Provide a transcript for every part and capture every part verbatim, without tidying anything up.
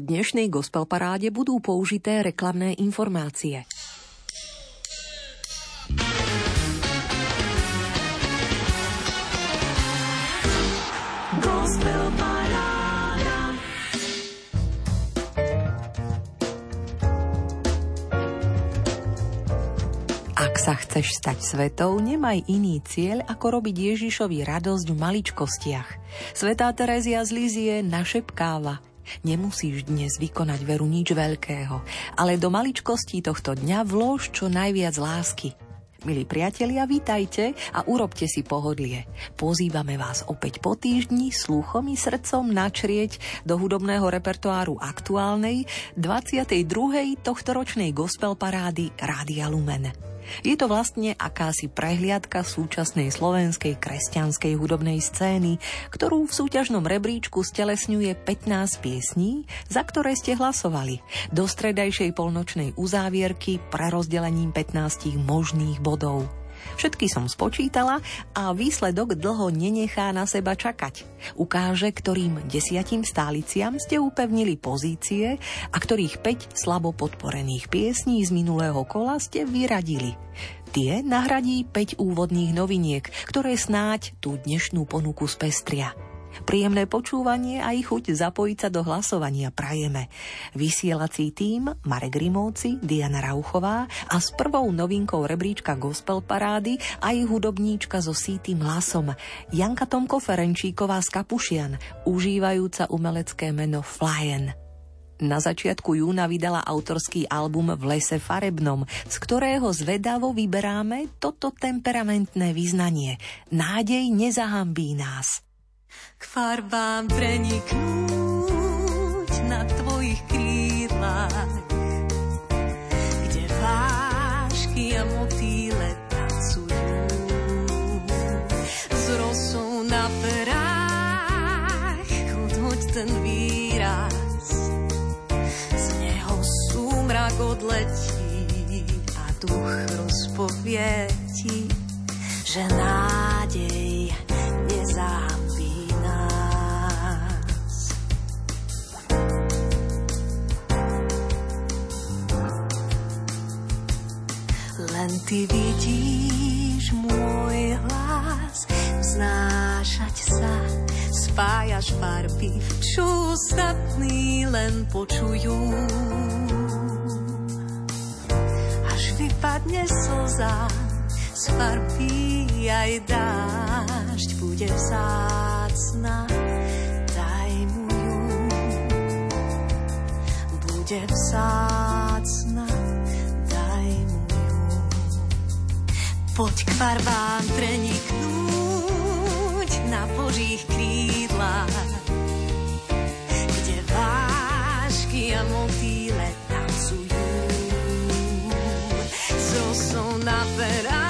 dnešnej gospel paráde budú použité reklamné informácie. Gospel paráda. Ak sa chceš stať svetou, nemaj iný cieľ, ako robiť Ježišovi radosť v maličkostiach. Svätá Terézia z Lízie našepkáva: nemusíš dnes vykonať veru nič veľkého, ale do maličkostí tohto dňa vlož čo najviac lásky. Milí priatelia, vítajte a urobte si pohodlie. Pozývame vás opäť po týždni sluchom i srdcom načrieť do hudobného repertoáru aktuálnej dvadsiatej druhej tohtoročnej gospel parády Rádia Lumen. Je to vlastne akási prehliadka súčasnej slovenskej kresťanskej hudobnej scény, ktorú v súťažnom rebríčku stelesňuje pätnásť piesní, za ktoré ste hlasovali, do stredajšej polnočnej uzávierky prerozdelením pätnásť možných bodov. Všetky som spočítala a výsledok dlho nenechá na seba čakať. Ukáže, ktorým desiatim stáliciam ste upevnili pozície a ktorých päť slabo podporených piesní z minulého kola ste vyradili. Tie nahradí päť úvodných noviniek, ktoré snáď tú dnešnú ponuku spestria. Príjemné počúvanie a ich chuť zapojiť sa do hlasovania prajeme. Vysielací tím Marek Rimovci, Diana Rauchová a s prvou novinkou rebríčka gospel parády aj hudobníčka so sítým hlasom Janka Tomko Ferenčíková z Kapušian, užívajúca umelecké meno Flyen. Na začiatku júna vydala autorský album V lese farebnom, z ktorého zvedavo vyberáme toto temperamentné vyznanie: nádej nezahambí nás. K farbám preniknúť na tvojich krídlach, kde vášky a motýle tancujú, s rosou na perách odhoď ten výraz, z neho súmrak odletí a duch rozpovie ti, že nádej nezahambí nás. Len ty vidíš môj hlas vznášať sa, spájaš farby, čo ostatní len počujú. Až vypadne slza z farby, aj dážď bude vzácna, daj mu ju. Bude vzácna, daj mu ju. Poď k farbám preniknúť na božích krídlach, kde vášky a motýle tancujú, s rosou na perách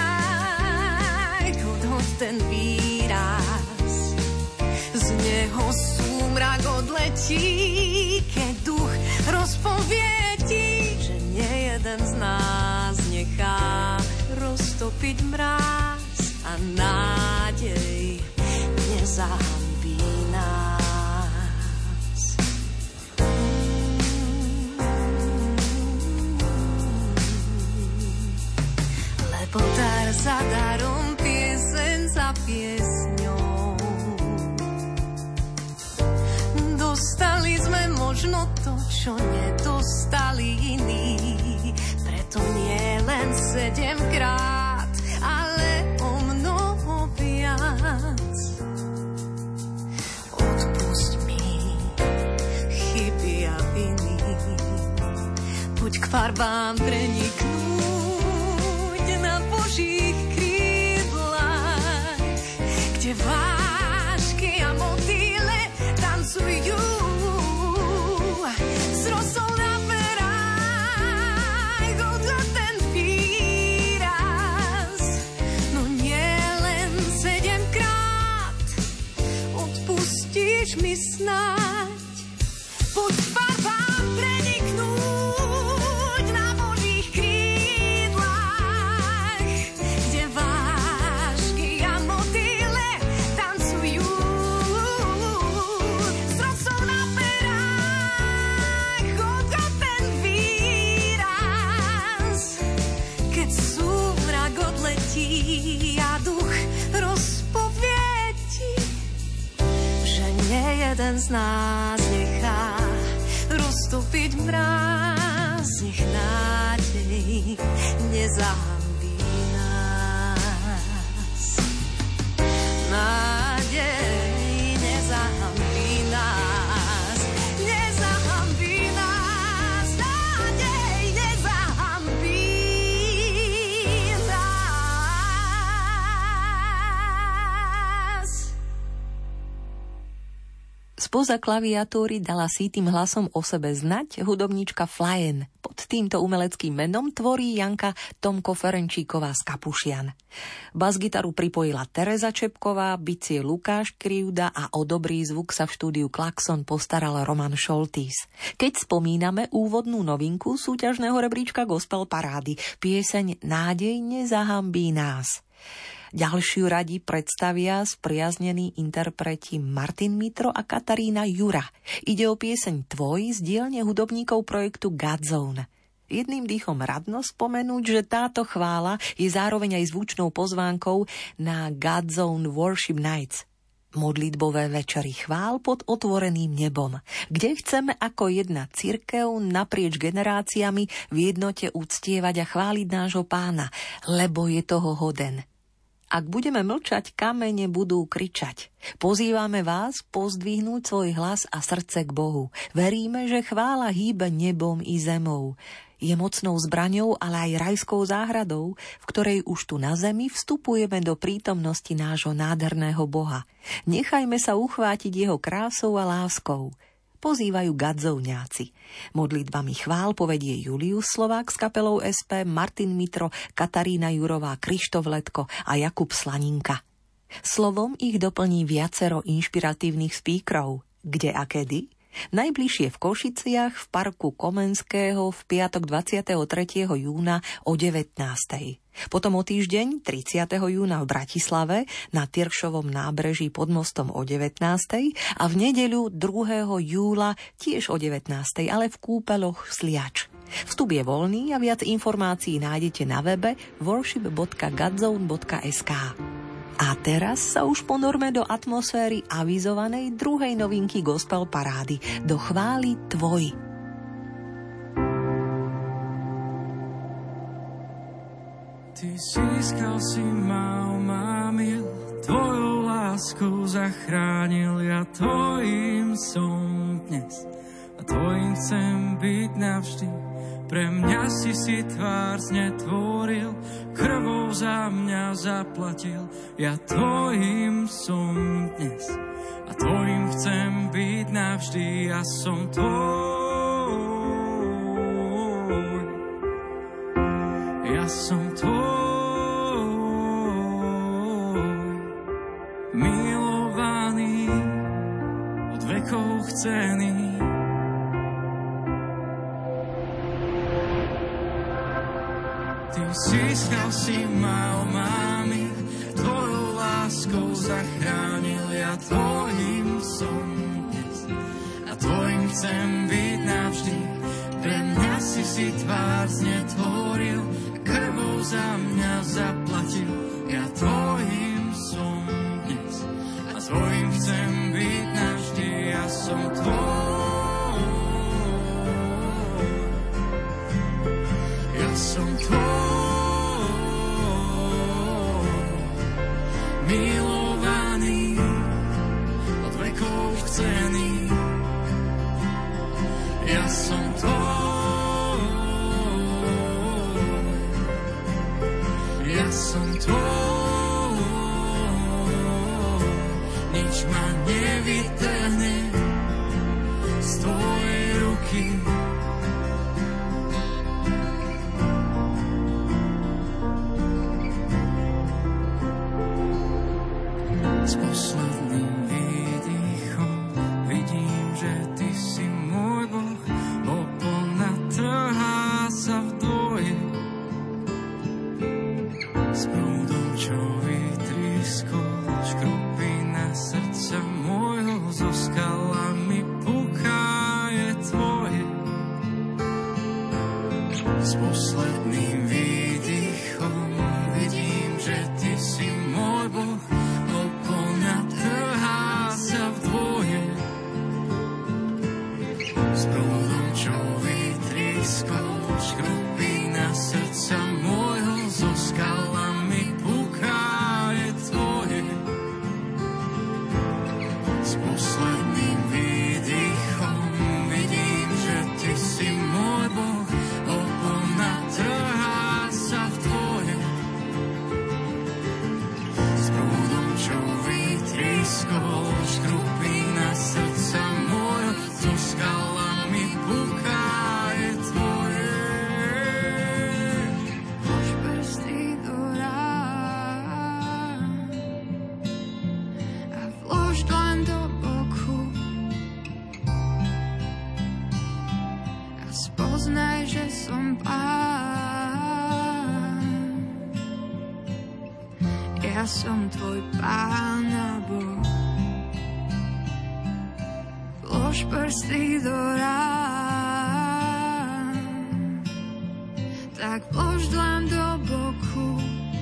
ten výraz, z neho súmrak odletí, keď duch rozpovie ti, že nejeden z nás nechá roztopiť mráz a nádej nezahambí nás. Lebo dar za darom, pieseň za piesňou, dostali sme možno to, čo nedostali iní. Preto nie len sedemkrát, ale o mnoho viac. Odpusť mi chyby a viny, poď k farbám preniknúť na božích krídlach, kde vášky a motýle tancujú, s rosou na perách odhľad ten výraz. No nie len sedemkrát, odpustíš mi snáď. Poď farbám preniknúť na božích krídlach, kde vášky a motýle tancujú, s rosou na perách z nás nechá roztopiť mráz, nech nádej nezahambí nás. Nádej nezahambí nás, nezahambí nás, nádej nezahambí nás. Spoza klaviatúry dala sítým hlasom o sebe znať hudobníčka Flyen. Pod týmto umeleckým menom tvorí Janka Tomko Ferenčíková z Kapušian. Basgitaru pripojila Tereza Čepková, bicie Lukáš Krivda a o dobrý zvuk sa v štúdiu Klaxon postaral Roman Šoltís. Keď spomíname úvodnú novinku súťažného rebríčka Gospel Parády, pieseň Nádej nezahambí nás. Ďalšiu radi predstavia spriaznení interpreti Martin Mitro a Katarína Jura. Ide o pieseň Tvoj z dielne hudobníkov projektu Godzone. Jedným dýchom radno spomenúť, že táto chvála je zároveň aj zvučnou pozvánkou na Godzone Worship Nights. Modlitbové večery chvál pod otvoreným nebom, kde chceme ako jedna cirkev naprieč generáciami v jednote uctievať a chváliť nášho Pána, lebo je toho hoden. Ak budeme mlčať, kamene budú kričať. Pozývame vás pozdvihnúť svoj hlas a srdce k Bohu. Veríme, že chvála hýbe nebom i zemou. Je mocnou zbraňou, ale aj rajskou záhradou, v ktorej už tu na zemi vstupujeme do prítomnosti nášho nádherného Boha. Nechajme sa uchvátiť jeho krásou a láskou. Pozývajú Gadzovňáci. Modlitbami chvál povedie Julius Slovák s kapelou es pé, Martin Mitro, Katarína Jurová, Krištof Letko a Jakub Slaninka. Slovom ich doplní viacero inšpiratívnych spíkrov. Kde a kedy? Najbližšie v Košiciach v parku Komenského v piatok dvadsiateho tretieho júna o devätnástej. Potom o týždeň tridsiateho júna v Bratislave na Tiršovom nábreží pod mostom o devätnástej a v nedeľu druhého júla tiež o devätnástej, ale v kúpeloch Sliač. Vstup je voľný a viac informácií nájdete na webe worship bodka godzone bodka es ká. A teraz sa už ponorme do atmosféry avizovanej druhej novinky Gospel Parády, do chvály Tvoj. Ty získal si ma, omámil, tvojou láskou zachránil, ja tvojím som dnes a tvojím chcem byť navždy. Pre mňa si si tvár znetvoril, krvou za mňa zaplatil. Ja tvojím som dnes a tvojím chcem byť navždy. Ja som tvoj, ja som tvoj, milovaný, od vekov chcený. Ty získal si ma, omámil, tvojou láskou zachránil, ja tvojím som dnes a tvojím chcem byť navždy. Pre mňa si si tvár znetvoril, krvou za mňa zaplatil, ja tvojím som dnes a tvojím chcem byť navždy. Ja som tvoj, ja som tvoj, milovaný, od vekov chcený. Ja som tvoj, ja som tvoj, nič ma nevytrhne z tvojej ruky. S posledným výdychom vidím, že ty si môj Boh, opona trhá sa vdoje. S prúdom, čo vytriskol, škropina srdca môjho, so skalami puká je tvoje. S posledným výdychom vidím, že ty si môj Boh, opona trhá sa vdvoje. Spoznaj, že som Pán. Ja som tvoj Pán a Boh. Vlož prsty do rán, tak vlož dlan do boku.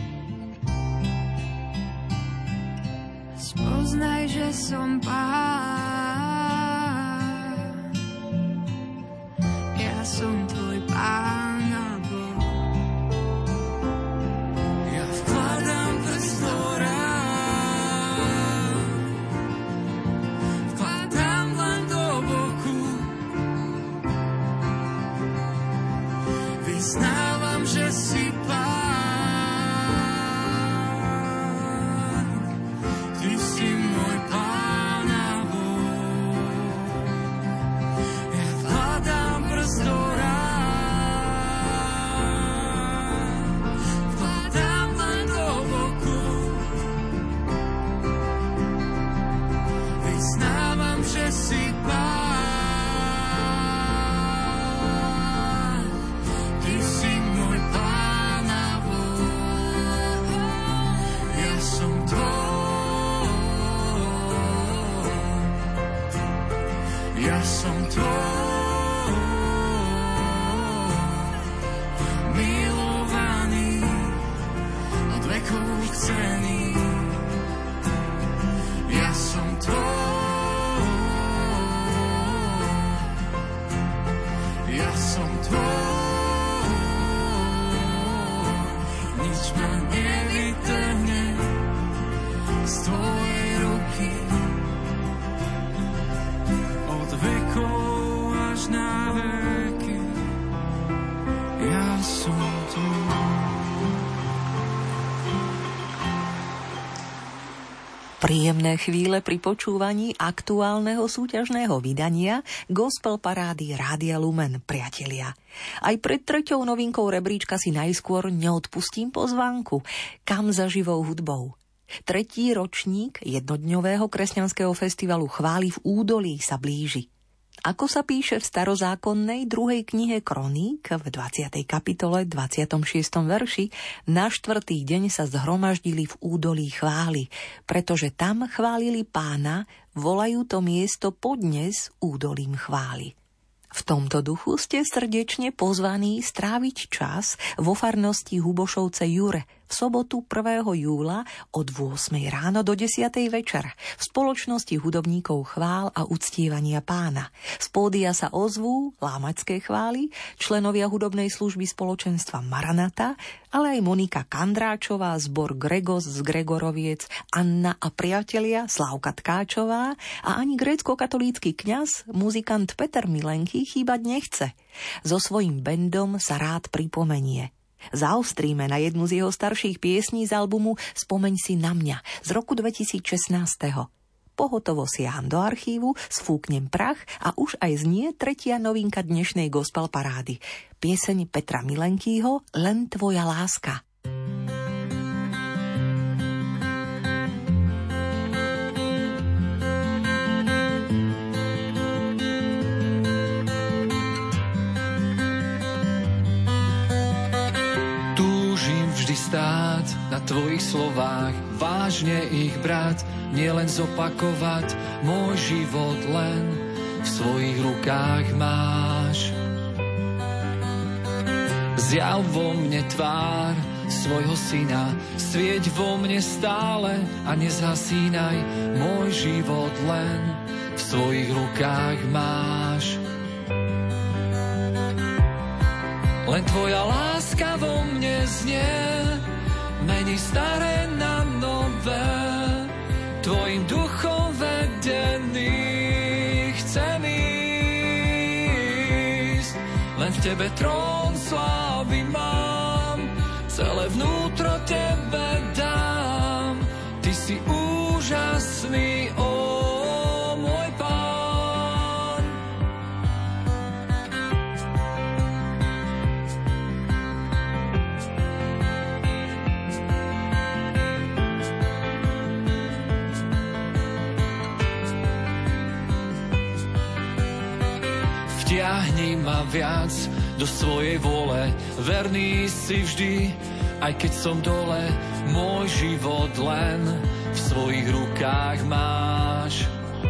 Spoznaj, že som Pán. Ja som tvoj Pán a Boh. Ja vkladám prst do rán, vkladám dlan do boku. Vyznávam, že si Pán. Ty si môj Pán a Boh. Ja vkladám prst do rán, vkladám dlan do boku. Vyznávam, že si Pán. Ty si môj Pán a Boh. Ja som tvoj. Ja som tvoj, milovaný, od vekov chcený. Ja som tvoj, ja som tvoj, nič ma nevytrhne z tvojej ruky. Od vekov až na veky, ja som tvoj. Príjemné chvíle pri počúvaní aktuálneho súťažného vydania Gospel parády Rádia Lumen, priatelia. Aj pred treťou novinkou rebríčka si najskôr neodpustím pozvánku. Kam za živou hudbou? Tretí ročník jednodňového kresťanského festivalu Chvály v údolí sa blíži. Ako sa píše v starozákonnej druhej knihe Kroník v dvadsiatej kapitole dvadsiatom šiestom verši, na štvrtý deň sa zhromaždili v údolí chvály, pretože tam chválili Pána, volajú to miesto podnes údolím chvály. V tomto duchu ste srdečne pozvaní stráviť čas vo farnosti Hubošovce Jure v sobotu prvého júla od ôsmej ráno do desiatej večer v spoločnosti hudobníkov chvál a uctievania Pána. Z pódia sa ozvú lámačské chvály, členovia hudobnej služby spoločenstva Maranata, ale aj Monika Kandráčová, zbor Gregos z Gregoroviec, Anna a priatelia, Slávka Tkáčová a ani grécko-katolícky kňaz, muzikant Peter Milenky chýbať nechce. So svojím bandom sa rád pripomenie. Zaostríme na jednu z jeho starších piesní z albumu Spomeň si na mňa z roku dvetisícšestnásť. Pohotovo siaham do archívu, sfúknem prach a už aj znie tretia novinka dnešnej gospel parády. Pieseň Petra Milenkýho Len tvoja láska. Stáť na tvojich slovách, vážne ich brať, nielen zopakovať, môj život len v svojich rukách máš. Zjav vo mne tvár svojho syna, svieť vo mne stále a nezhasínaj, môj život len v svojich rukách máš. Len tvoja láska vo mne znie, mení staré na nové, tvojim duchom vedený chcem ísť. Len v tebe trón slávy mám, celé vnútro tebe dám, ty si úžasný, ó môj Pán. Vtiahni Zmení ma viac do svojej vôle, verný si vždy, aj keď som dole, môj život len v svojich rukách máš.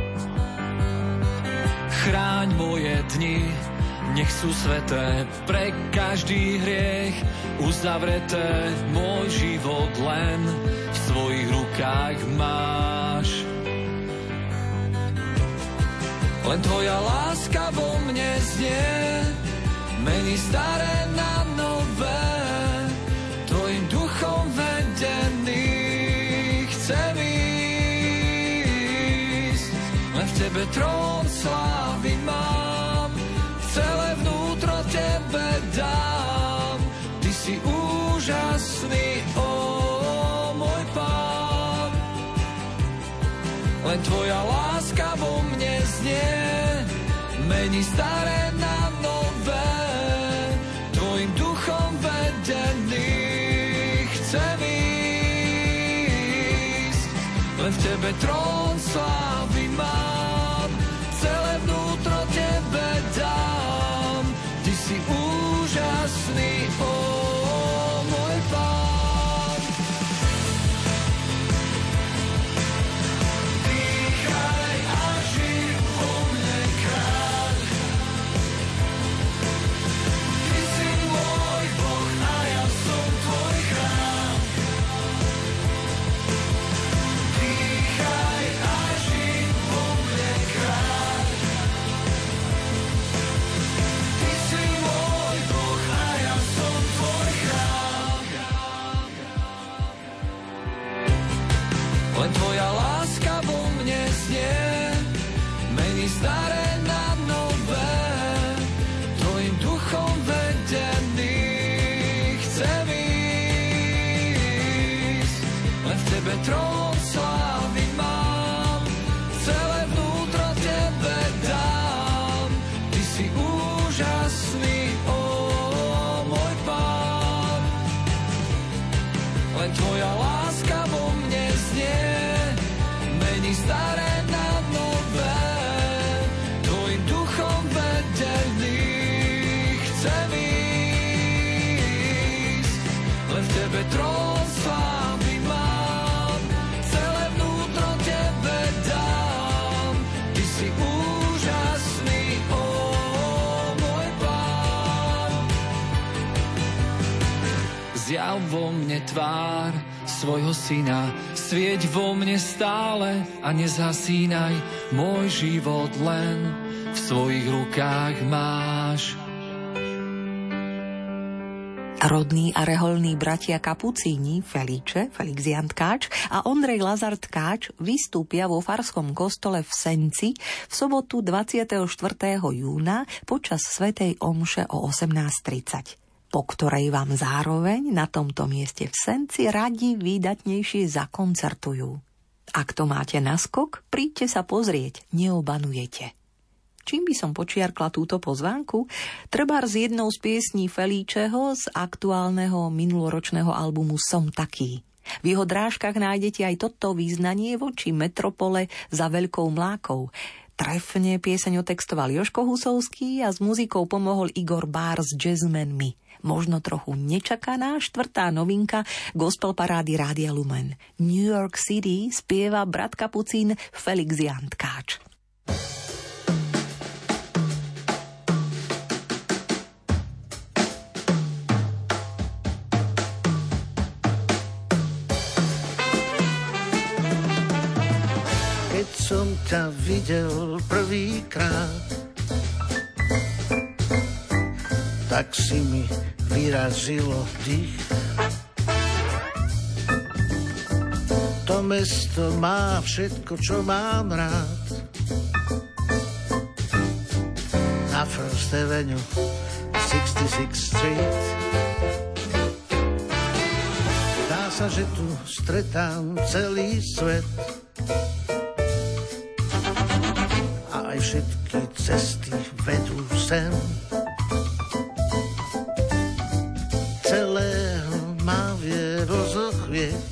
Chráň moje dni, nech sú sveté, pre každý hriech uzavreté, môj život len v svojich rukách máš. Len tvoja láska vo mne znie, mení staré na nové, tvojim duchom vedený chcem ísť. Len v tebe trón slávy mám, celé vnútro tebe dám, ty si úžasný, ó môj Pán. Len tvoja láska vo mne znie, mení staré na nové, tvojim duchom vedený chcem ísť. Len v tebe trón slávy mám, celé vnútro tebe dám, ty si úžasný, ó môj Pán. Dýchaj a žij vo mne, kráľ. Ty si môj Boh a ja som tvoj chrám. Dýchaj a žij vo mne, kráľ. Ty si môj Boh a ja som tvoj chrám. Len tvoja láska vo mne znie, mení staré na nové, tvojim duchom vedený chcem ísť. Len v tebe trón slávy mám, celé vnútro tebe dám, ty si úžasný, ó môj Pán. Len tvoja láska vo mne znie, mení staré na nové, tvojim duchom vedený chcem ísť. Len v tebe trón slávy mám, celé vnútro tebe dám, ty si úžasný, ó môj Pán. Zjav vo mne tvár svojho syna, svieť vo mne stále a nezhasínaj, môj život len v svojich rukách máš. Rodní a reholní bratia Kapucíni, Felice, Felixian Tkáč a Ondrej Lazar Tkáč vystúpia vo farskom kostole v Senci v sobotu dvadsiateho štvrtého júna počas svätej omše o osemnásť tridsať, po ktorej vám zároveň na tomto mieste v Senci radi výdatnejšie zakoncertujú. Ak to máte naskok, príďte sa pozrieť, neobanujete. Čím by som počiarkla túto pozvánku? Trebár z jednou z piesní Feliceho z aktuálneho minuloročného albumu Som taký. V jeho drážkach nájdete aj toto význanie voči metropole za veľkou mlákou. Trefne pieseň otextoval Jožko Husovský a s muzikou pomohol Igor Bár s Jazzmenmi. Možno trochu nečakaná štvrtá novinka gospel parády Rádia Lumen. New York City spieva brat Kapucín Felixian Tkáč. Keď som ťa videl prvýkrát, tak si mi vyrazilo dých. To mesto má všetko, čo mám rád. Na First Avenue, šesťdesiaty šiesty Street. Dá sa, že tu stretám celý svet. A aj všetky cesty vedú sem. Celého má vie rozochvieť,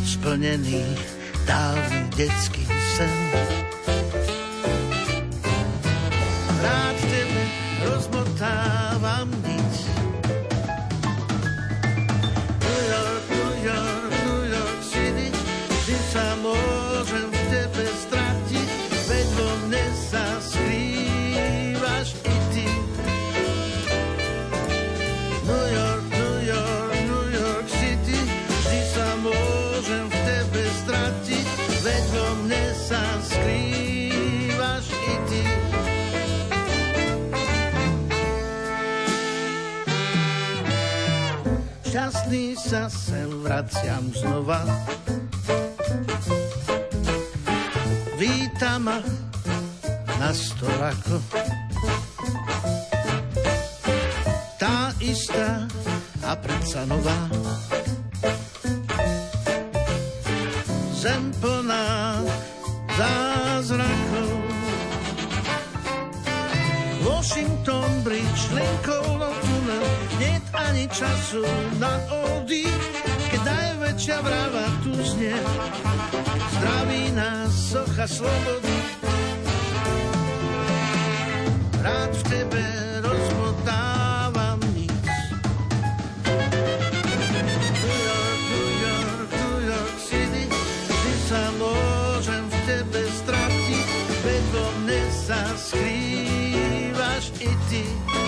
splnený dávny detský sen. šťastný sa sem vraciam znova. Vítam ma na stolako. Tá istá a predsa nová. Zem plná zázrakov. Washington Bridge, Lincoln tunel, niet ani času na oddych, keď najväčšia vrava tu znie. Zdraví nás socha slobody. Rád v tebe rozmotávam nic. New York, New York, New York City, vždy sa môžem v tebe stratiť, veď vo mne sa skrývaš i ty.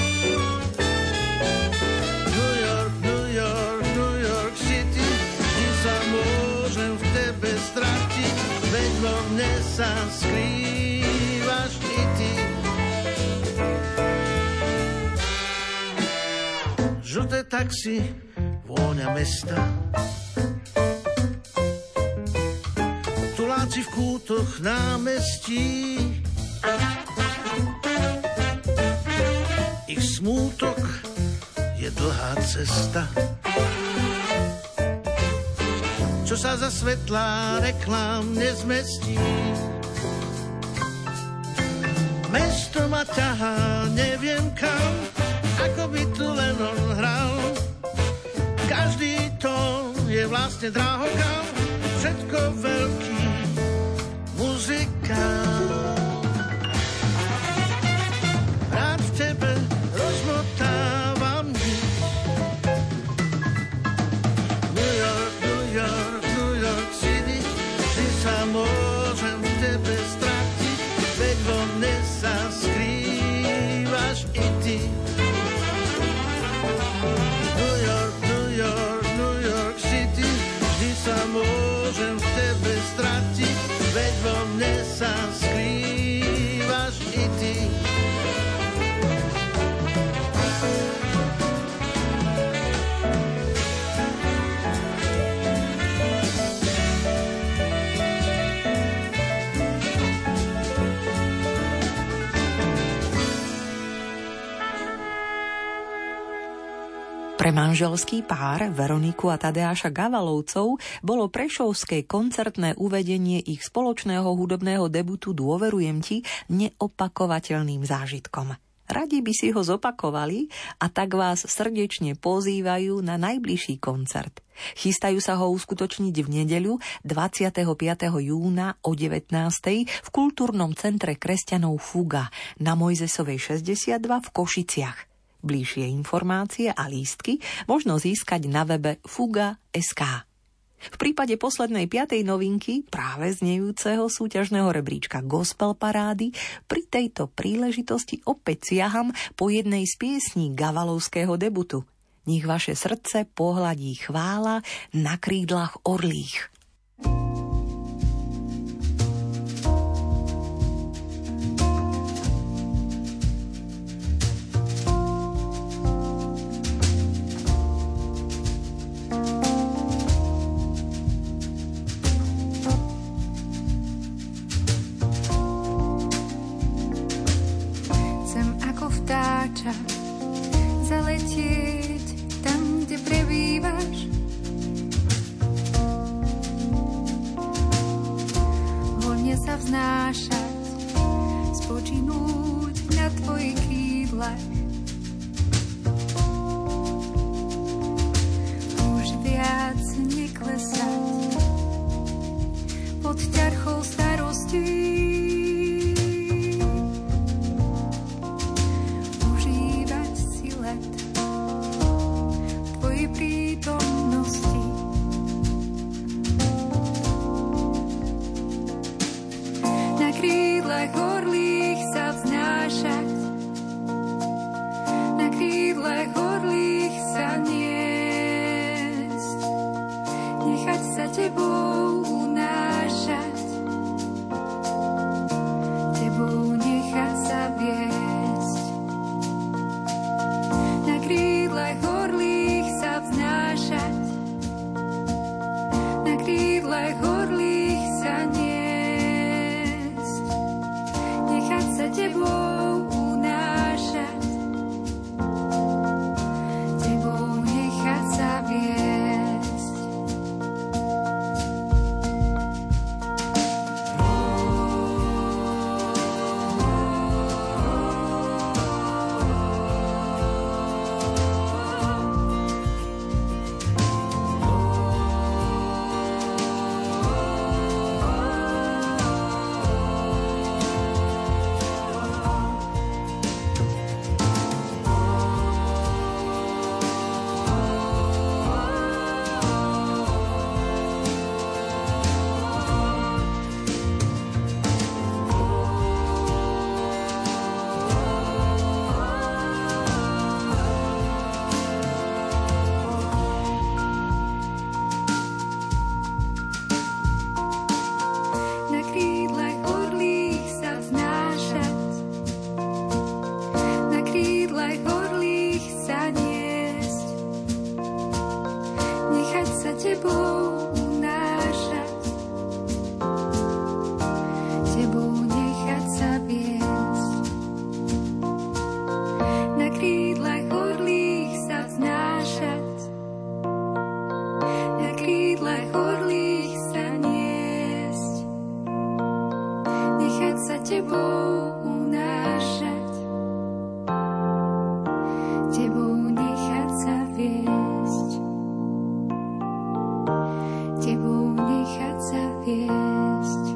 New York, New York, New York City, vždy sa môžem v tebe stratiť, veď vo mne sa skrývaš i ty. Žlté taxi, vôňa mesta. Tuláci v kútoch námestí. Ich smútok je dlhá cesta. Čo sa za svetlá reklám nezmestí. Mesto ma ťahá, neviem kam, ako by tu len on hral. Každý tón je vlastne drahokam, všetko veľký muzikant. Rád v tebe rozmotávam nič. New York, New York, New York City, vždy sa môžem v tebe stratiť, veď vo mne sa skrývaš i ty. New York, New York, New York City, vždy sa môžem v tebe stratiť, veď vo mne sa skrývaš i ty. Pre manželský pár Veroniku a Tadeáša Gavalovcov bolo prešovské koncertné uvedenie ich spoločného hudobného debutu Dôverujem ti neopakovateľným zážitkom. Radi by si ho zopakovali a tak vás srdečne pozývajú na najbližší koncert. Chystajú sa ho uskutočniť v nedeľu dvadsiateho piateho júna o devätnástej v kultúrnom centre kresťanov Fuga na Mojzesovej šesťdesiatdva v Košiciach. Bližšie informácie a lístky možno získať na webe fuga bodka es ká. V prípade poslednej piatej novinky, práve znejúceho súťažného rebríčka Gospel Parády, pri tejto príležitosti opäť siaham po jednej z piesní Gavalovského debutu. Nech vaše srdce pohľadí chvála na krídlach orlých. Zaletieť tam, kde prebývaš. Voľne sa vznášať, spočinúť na tvojich krídlach. Už viac neklesať pod ťarchou starostí. Prítomnosti. Na krídlach orlých sa vznášať, na krídlach orlých sa niesť, nechať sa tebou unášať. tebou unášať, tebou nechať sa viesť. Na krídlach orlých sa vznášať, na krídlach orlých sa niesť, nechať sa tebou unášať, tebou nechať sa viesť, tebou nechať sa viesť.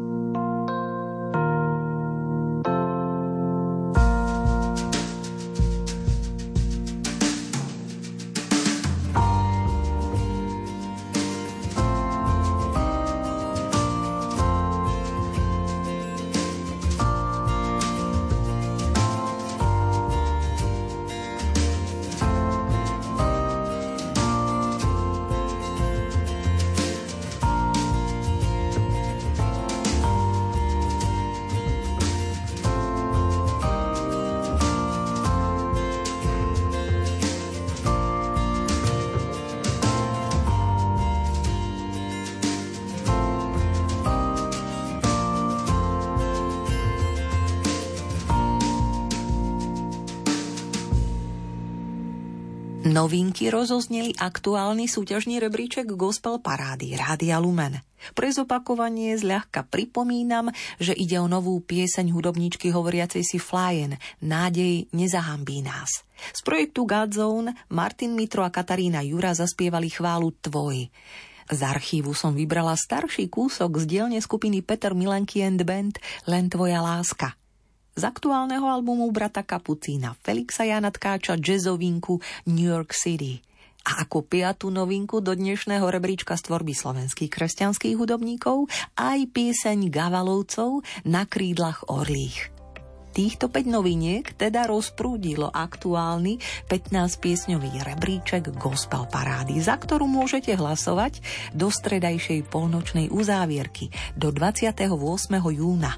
Novinky rozozneli aktuálny súťažný rebríček Gospel Parády Rádia Lumen. Pre zopakovanie zľahka pripomínam, že ide o novú pieseň hudobníčky hovoriacej si Flyen Nádej nezahambí nás. Z projektu Godzone Martin Mitro a Katarína Jura zaspievali chválu Tvoj. Z archívu som vybrala starší kúsok z dielne skupiny Peter Milenky and Band Len tvoja láska. Z aktuálneho albumu brata Kapucína Felixa Jána Tkáča jazzovinku New York City. A ako piatú novinku do dnešného rebríčka z tvorby slovenských kresťanských hudobníkov aj pieseň Gavalovcov Na krídlach orlých. Týchto päť noviniek teda rozprúdilo aktuálny pätnásťpiesňový rebríček Gospel Parády, za ktorú môžete hlasovať do stredajšej polnočnej uzávierky do dvadsiateho ôsmeho júna.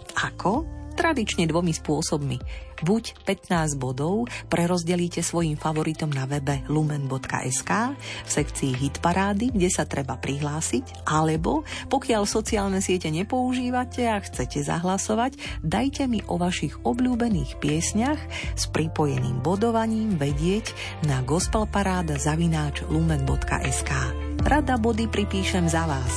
Ako? Tradične dvomi spôsobmi. Buď pätnásť bodov prerozdelíte svojim favoritom na webe lumen bodka es ká v sekcii Hit parády, kde sa treba prihlásiť, alebo pokiaľ sociálne siete nepoužívate a chcete zahlasovať, dajte mi o vašich obľúbených piesňach s pripojeným bodovaním vedieť na gospelparáda zavináč lumen bodka es ká. Rada body pripíšem za vás.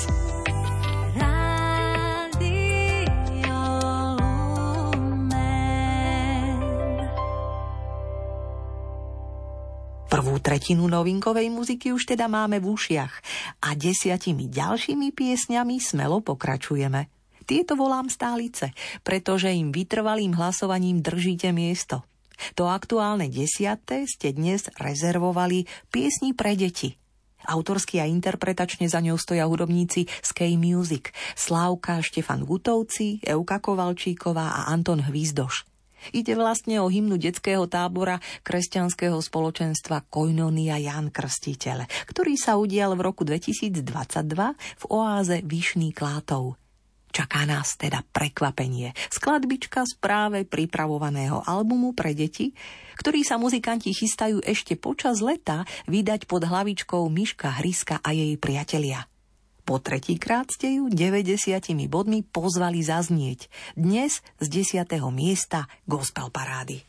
Prvú tretinu novinkovej muziky už teda máme v ušiach a desiatimi ďalšími piesňami smelo pokračujeme. Tieto volám stálice, pretože im vytrvalým hlasovaním držíte miesto. To aktuálne desiate ste dnes rezervovali piesni pre deti. Autorsky a interpretačne za ňou stoja hudobníci z K-Music, Slávka, Štefan Gutovci, Euka Kovalčíková a Anton Hvízdoš. Ide vlastne o hymnu detského tábora kresťanského spoločenstva Koinonia Ján Krstiteľ, ktorý sa udial v roku dvetisícdvadsaťdva v oáze Vyšný Klátov. Čaká nás teda prekvapenie. Skladbička z práve pripravovaného albumu pre deti, ktorý sa muzikanti chystajú ešte počas leta vydať pod hlavičkou Miška Hryska a jej priatelia. Po tretíkrát ste ju deväťdesiatimi bodmi pozvali zaznieť. Dnes z desiateho miesta Gospel Parády.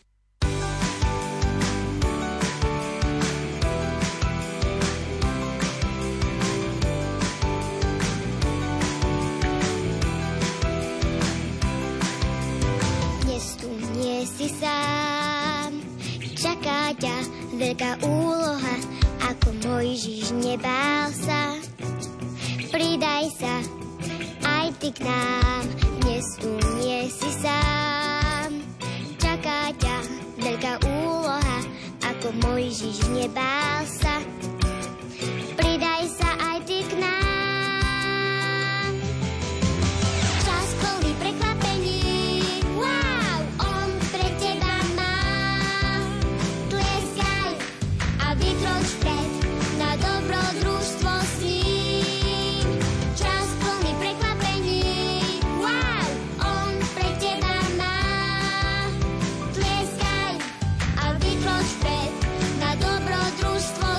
Dnes tu nie si sám, čaká ťa veľká úloha, ako Mojžiš nebál sa. Pridaj sa aj ty k nám, dnes tu nie si sám. Čaká ťa veľká úloha, ako Mojžiš nebál sa. Pridaj sa aj ty k nám. Čas plný prekvapení, wow, on pre teba má. Tlieskaj a vykroč vpred na dobrodružstvo s ním. Vpred na dobrodružstvo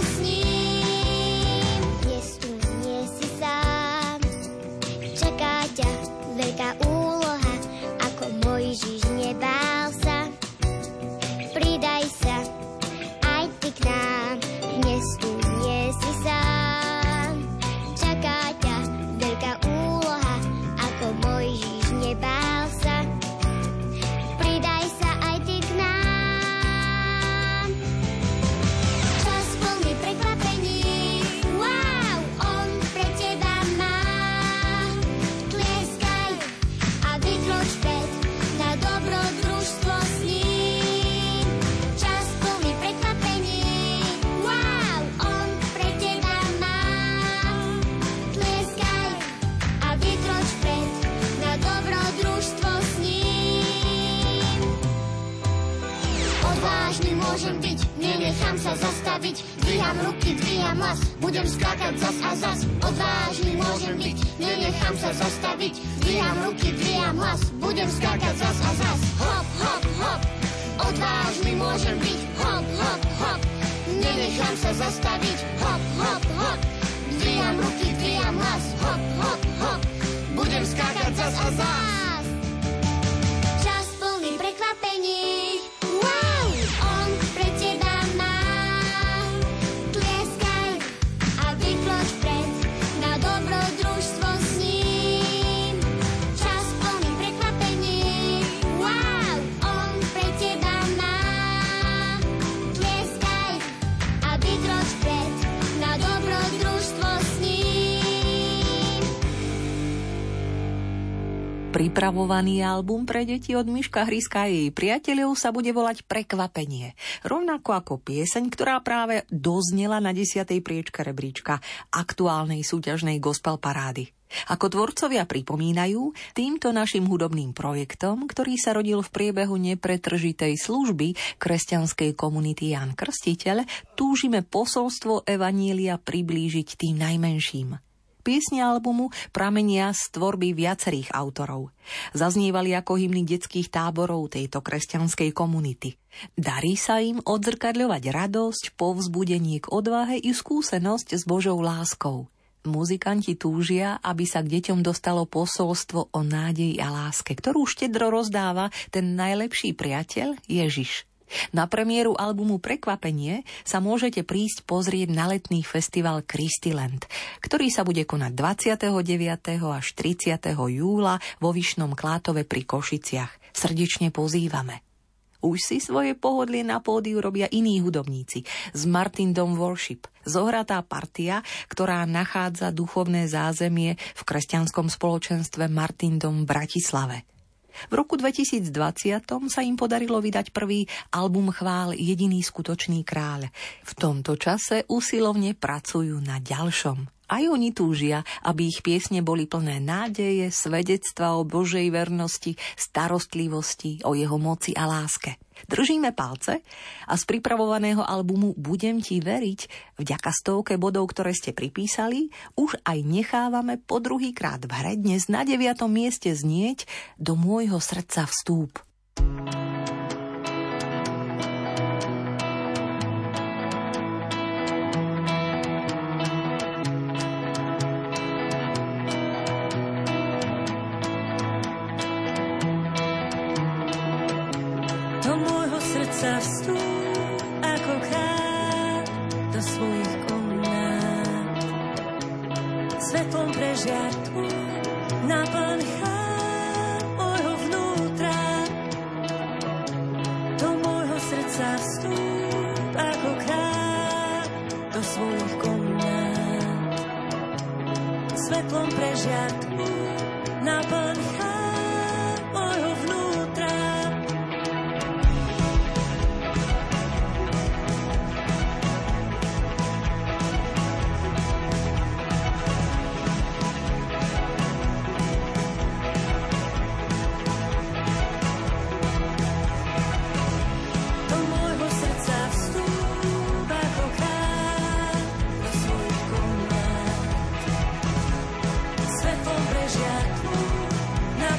Odvážny môžem byť, nenechám sa zastaviť. Dvíham ruky, dvíham hlas, budem skákať zas a zas. Odvážny môžem byť, nenechám sa zastaviť. Dvíham ruky, dvíham hlas, budem skákať zas a zas. Hop, hop, hop, odvážny môžem byť. Hop, hop, hop, nenechám sa zastaviť. Hop, hop, hop, dvíham ruky, dvíham hlas. Hop, hop, hop, budem skákať zas a zas. Čas plný prekvapení. Wow, on pre teba má. Tlieskaj a vykroč vpred na dobrodružstvo s ním. Čas plný prekvapení. Wow, on pre teba má. Tlieskaj a vykroč vpred na dobrodružstvo s ním. Pripravovaný album pre deti od Miška Hryska a jej priateľov sa bude volať Prekvapenie. Rovnako ako pieseň, ktorá práve doznela na desiatej priečke rebríčka aktuálnej súťažnej gospel parády. Ako tvorcovia pripomínajú, týmto našim hudobným projektom, ktorý sa rodil v priebehu nepretržitej služby kresťanskej komunity Ján Krstiteľ, túžime posolstvo evanília priblížiť tým najmenším. Piesne albumu pramenia z tvorby viacerých autorov. Zaznievali ako hymny detských táborov tejto kresťanskej komunity. Darí sa im odzrkadľovať radosť, povzbudenie k odvahe i skúsenosť s Božou láskou. Muzikanti túžia, aby sa k deťom dostalo posolstvo o nádeji a láske, ktorú štedro rozdáva ten najlepší priateľ Ježiš. Na premiéru albumu Prekvapenie sa môžete prísť pozrieť na letný festival Christyland, ktorý sa bude konať dvadsiateho deviateho až tridsiateho júla vo Vyšnom Klátove pri Košiciach. Srdečne pozývame. Už si svoje pohodlie na pódiu robia iní hudobníci z Martin Dom Worship, zohratá partia, ktorá nachádza duchovné zázemie v kresťanskom spoločenstve Martin Dom v Bratislave. V roku dvetisícdvadsať sa im podarilo vydať prvý album chvál Jediný skutočný kráľ. V tomto čase usilovne pracujú na ďalšom. Aj oni túžia, aby ich piesne boli plné nádeje, svedectva o Božej vernosti, starostlivosti, o jeho moci a láske. Držíme palce a z pripravovaného albumu Budem ti veriť, vďaka stovke bodov, ktoré ste pripísali, už aj nechávame po druhýkrát v hre dnes na deviatom mieste znieť Do môjho srdca vstúp. Sa vstúp ako kráľ do svojich komnát. Svetlom pre žiartku naplň chám môjho vnútra. Do môjho srdca vstúp ako kráľ do svojich komnát. Svetlom pre žiartku naplň chám môjho vnútra. Now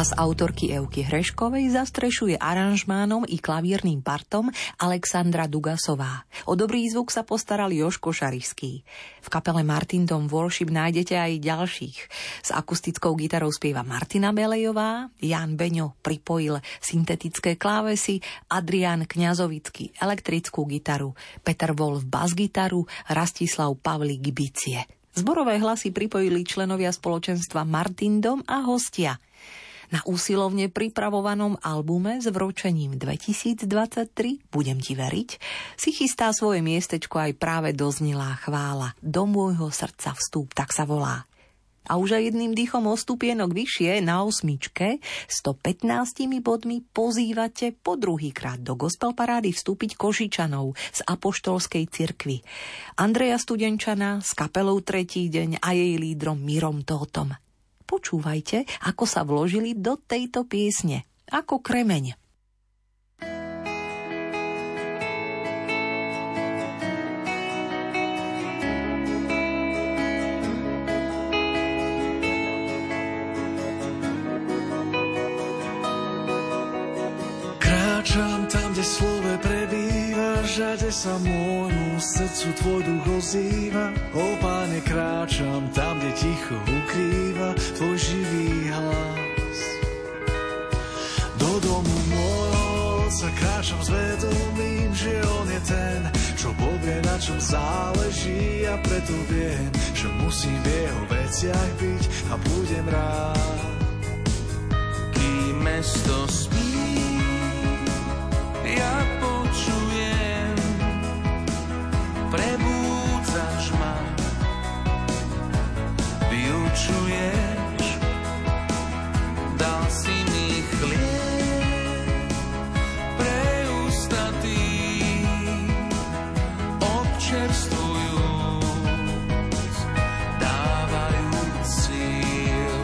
Hlas autorky Evky Hreškovej zastrešuje aranžmánom i klavírnym partom Alexandra Dugasová. O dobrý zvuk sa postaral Jožko Šarišský. V kapele Martin Dom Worship nájdete aj ďalších. S akustickou gitarou spieva Martina Belejová, Jan Beňo pripojil syntetické klávesy, Adrián Kňazovický elektrickú gitaru, Peter Wolf basgitaru, Rastislav Pavlík bicie. Zborové hlasy pripojili členovia spoločenstva Martin Dom a hostia. Na úsilovne pripravovanom albume s vročením dvetisícdvadsaťtri, Budem ti veriť, si chystá svoje miestečko aj práve doznilá chvála. Do môjho srdca vstúp, tak sa volá. A už aj jedným dýchom o stupienok vyššie na osmičke stopätnástimi bodmi pozývate po druhýkrát do gospel parády vstúpiť Košičanov z Apoštolskej cirkvi. Andreja Studenčana s kapelou Tretí deň a jej lídrom Mirom Tótom. Počúvajte, ako sa vložili do tejto piesne, ako kremeň. Kráčam tam, kde slove prebýva, žade sa môjmu srdcu tvoj duch ozýva. O Páne, kráčam tam, kde ticho ukrýva tvoj živý hlas. Do domu môjho Otca kráčam s vedomím, že On je ten, čo povie, na čom záleží, a preto viem, že musím v Jeho veciach byť a budem rád. Kým mesto spí, ja počujem, prebúdzaš ma, vyučuješ, dal si mi chlieb pre ústa tých, občerstvujúc, dávajúc síl.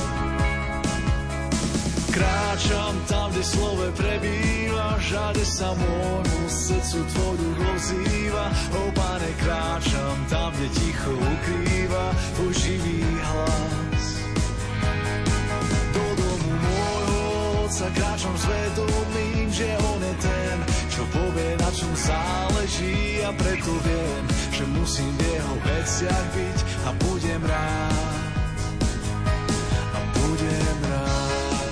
Kráčam tam, kde slove prebýva, žade sa môjmu srdcu tvoj duch ozýva. O Pane, kráčam tam, kde ticho ukrýva tvoj živý hlas. Do domu môjho Otca kráčam s vedomím, že On je ten, čo povie, na čom záleží, a preto viem, že musím v Jeho veciach byť a budem rád. A budem rád.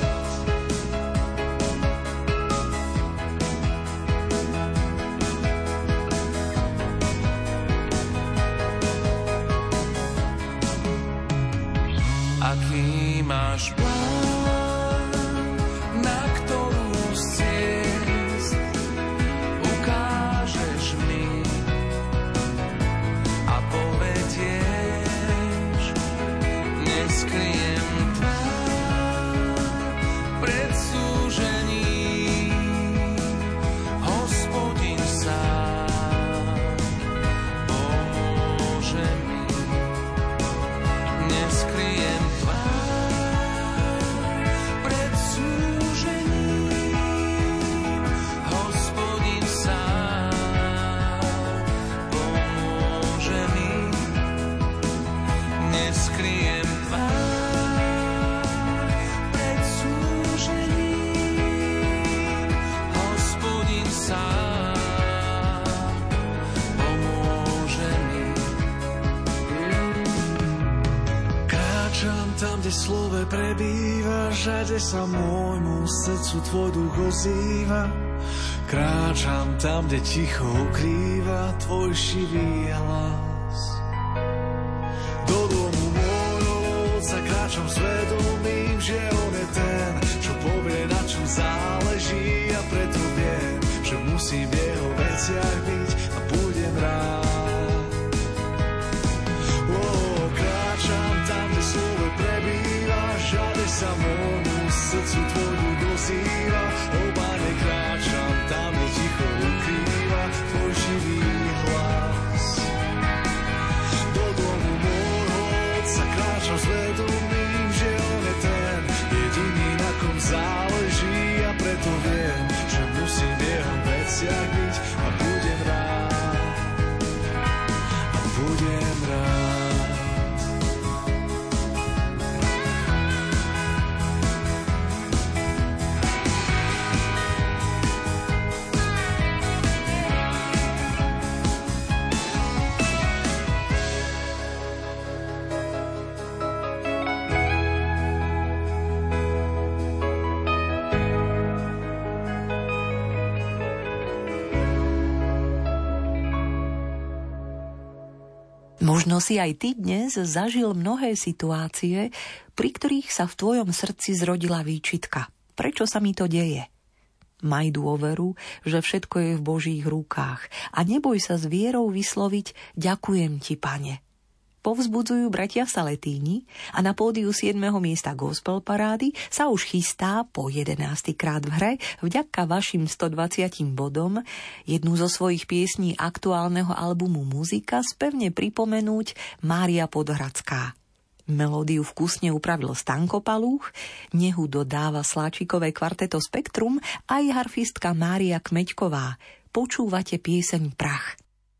Aký máš plán, na ktorú z ciest ukážeš mi a povedieš, neskryjem tvár pred súžením, Hospodin sám pomôže mi, neskryjem tam, kde slove prebýva, žade sa môjmu srdcu tvoj duch ozýva. Kráčam tam, kde ticho ukrýva tvoj živý hlas. Do domu môjho Otca kráčam s vedomím, že On je ten, čo povie, na čom záleží, a preto viem, že musím v Jeho veciach byť a budem rád. Slovo prebýva, žade sa môjmu srdcu tvoj duch ozýva. O Pane, kráčam tam, kde ticho ukrýva tvoj živý hlas. Do domu môjho Otca kráčam s vedomím, že On je ten jediný, na kom záleží, a preto viem, že musím v Jeho veciach byť a budem rád. A budem rád. Možno si aj ty dnes zažil mnohé situácie, pri ktorých sa v tvojom srdci zrodila výčitka. Prečo sa mi to deje? Maj dôveru, že všetko je v Božích rukách a neboj sa s vierou vysloviť ďakujem ti, Pane. Povzbudzujú bratia Saletíni a na pódiu siedmeho miesta Gospel parády sa už chystá po jedenásty krát v hre vďaka vašim stodvadsiatim bodom jednu zo svojich piesní aktuálneho albumu Muzika spevne pripomenúť Mária Podhradská. Melódiu vkusne upravil Stanko Palúch, nehu dodáva sláčikové kvarteto Spektrum aj harfistka Mária Kmeďková. Počúvate pieseň Prach.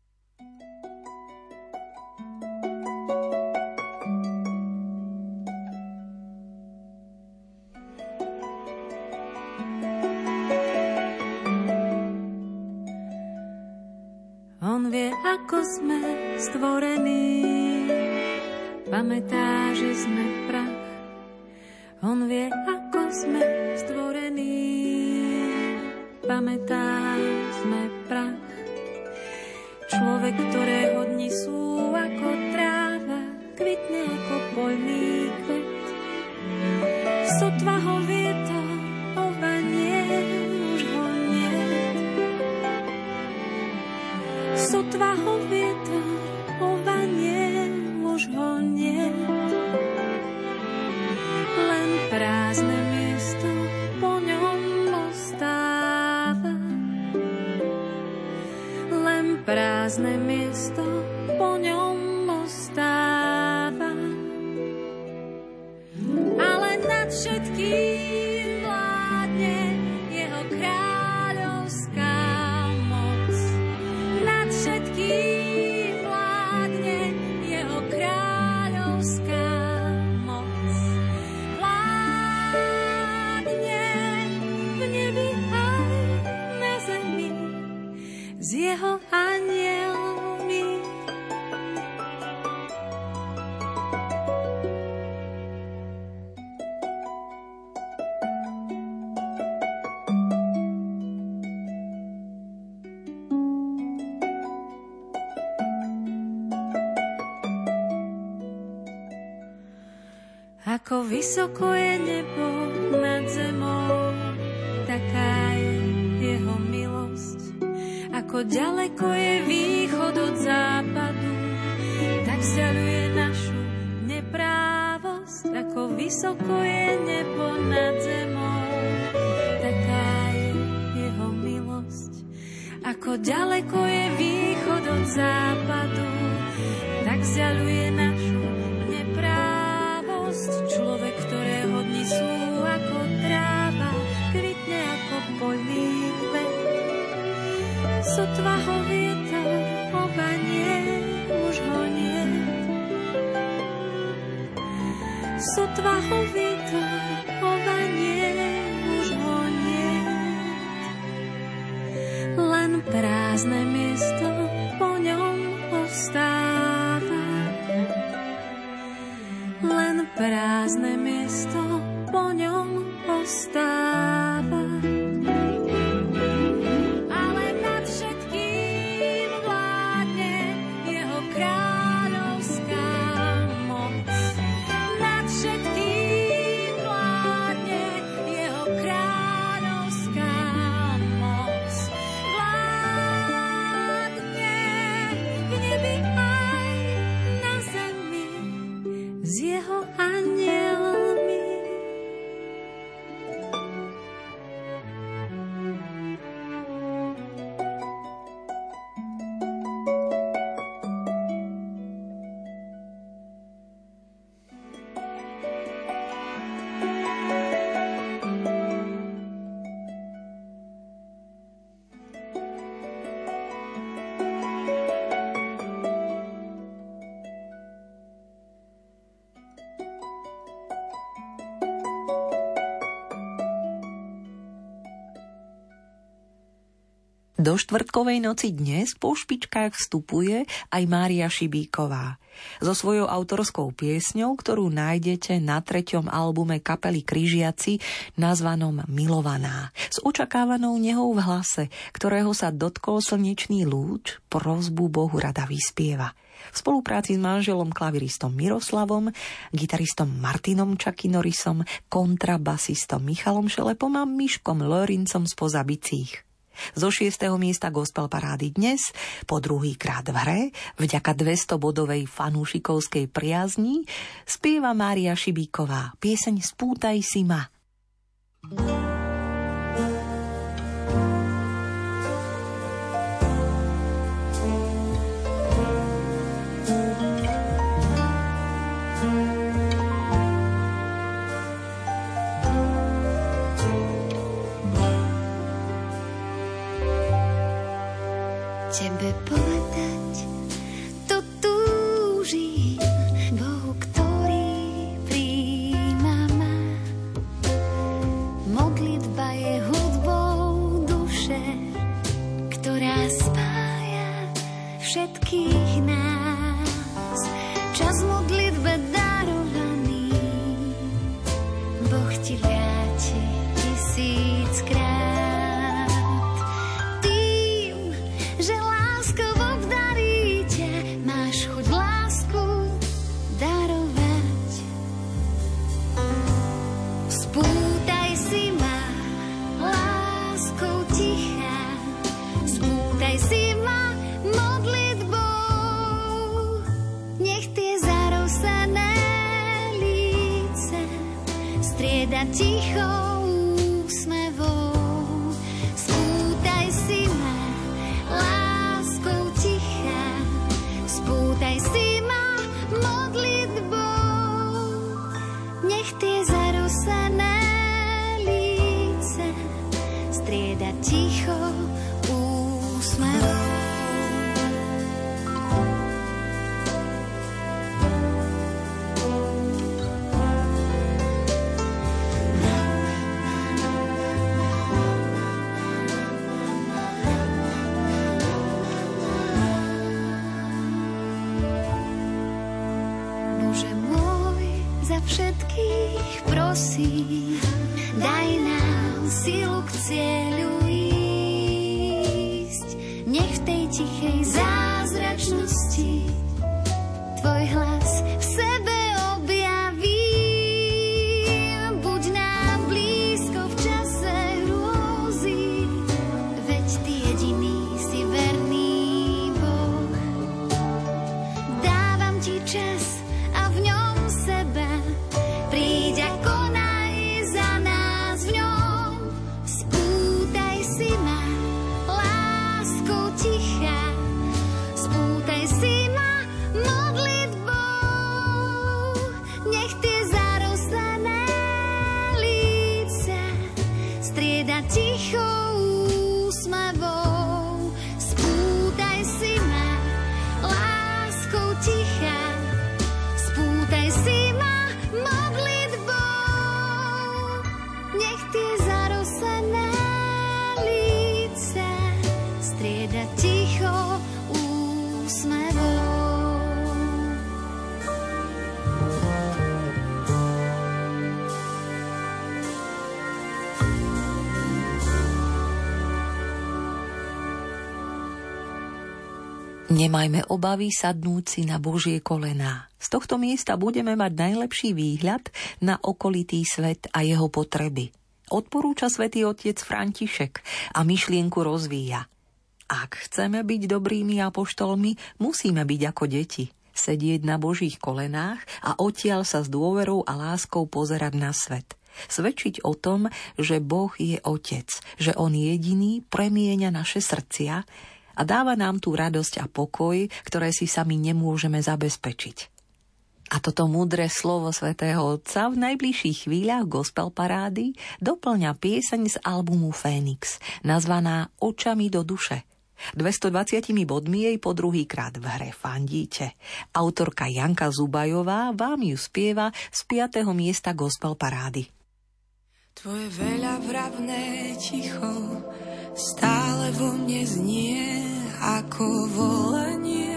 On vie, ako sme stvorení, pamätá, že sme prach. On vie, ako sme stvorení, pamätá, sme prach. Človek, ktorého dni sú ako tráva, kvitne ako poľný kvet. Sotva ho vietor ovanie, už ho niet. Sotva ho vietor ovanie, už ho niet. Len prázdne miesto po ňom ostáva. Len prázdne miesto po ňom ostáva. Ale nad všetkým vládne jeho kráľovská moc. Nad všetkým vládne jeho kráľovská moc. Vládne v nebi aj na zemi s jeho anjelmi. Ako vysoko je nebo nad zemou, taká je jeho milosť. Ako ďaleko je východ od západu, tak vzdialuje našu neprávosť. Ako vysoko je nebo nad zemou, taká je jeho milosť. Ako ďaleko je východ od západu, tak vzdialuje našu neprávosť. Človek, ktorého dni sú ako tráva, kvitne ako poľný kvet. Sotva ho vietor ovanie, už ho niet. Sotva ho vietor ovanie, už ho niet. Len prázdne miesto po ňom ostáva. Len prázdne miesto po ňom ostáva. Ale nad všetkým vládne jeho kráľovská moc. Nad všetkým vládne jeho kráľovská moc. Vládne v nebi aj na zemi s jeho anjelmi. Do štvrtkovej noci dnes po špičkách vstupuje aj Mária Šibíková. So svojou autorskou piesňou, ktorú nájdete na treťom albume kapely Križiaci, nazvanom Milovaná. S očakávanou nehou v hlase, ktorého sa dotkol slnečný lúč, prosbu Bohu rada vyspieva. V spolupráci s manželom klaviristom Miroslavom, gitaristom Martinom Čakinorisom, kontrabasistom Michalom Šelepom a Miškom Lorincom spoza bicích. Zo šiesteho miesta gospel parády dnes, po druhýkrát v hre, vďaka dvestobodovej fanúšikovskej priazni, spieva Mária Šibíková pieseň Spútaj si ma. Tebe povedať, to túžim, Bohu, ktorý príjma ma. Modlitba je hudbou duše, ktorá spája všetkých nás. Čas modlitbe darovaný, Boh ti vráti tisíckrát. Ticho úsmevou, spútaj si ma láskou ticha, spútaj si ma modlitbou, nech tie zarosené líce strieda ticho úsmevou. Všetkých prosím, daj nám silu k cieľu ísť. Nech v tej tichej zázračnosti tvoj hlas v sebe objavím. Buď nám blízko v čase hrôzy, veď ty jediný si verný Boh. Dávam ti čas a v ňom seba, príď a konaj za nás v ňom. Spútaj si ma láskou ticha, spútaj si ma modlitbou, nech tie zarosené líca strieda ticho úsmevou. Spútaj si ma láskou ticha, spútaj si ma nech tie zarosené líce strieda ticho úsmevou. Nemajme obavy sadnúť si na Božie kolená. Z tohto miesta budeme mať najlepší výhľad na okolitý svet a jeho potreby. Odporúča svätý otec František a myšlienku rozvíja. Ak chceme byť dobrými apoštolmi, musíme byť ako deti, sedieť na Božích kolenách a odtiaľ sa s dôverou a láskou pozerať na svet. Svedčiť o tom, že Boh je Otec, že On jediný premieňa naše srdcia a dáva nám tú radosť a pokoj, ktoré si sami nemôžeme zabezpečiť. A toto múdre slovo svätého Otca v najbližších chvíľach gospel parády doplňa pieseň z albumu Fénix, nazvaná Očami do duše. dvestodvadsať bodmi jej po druhýkrát v hre fandíte. Autorka Janka Zubajová vám ju spieva z piateho miesta gospel parády. Tvoje veľa vravné ticho stále vo mne znie ako volanie.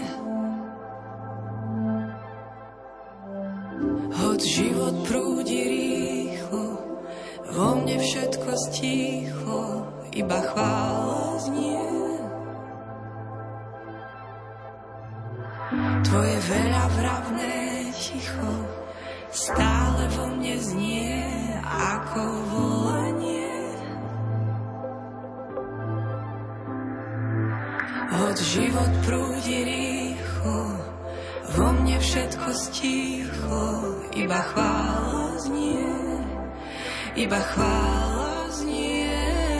Hoď život prúdi rýchlo, vo mne všetko stíchlo, iba chvála znie. Tvoje veľa vravné ticho stále vo mne znie ako volanie. Hoď život prúdi rýchlo, vo mne všetko stíchlo, iba chvála znie, iba chvála znie.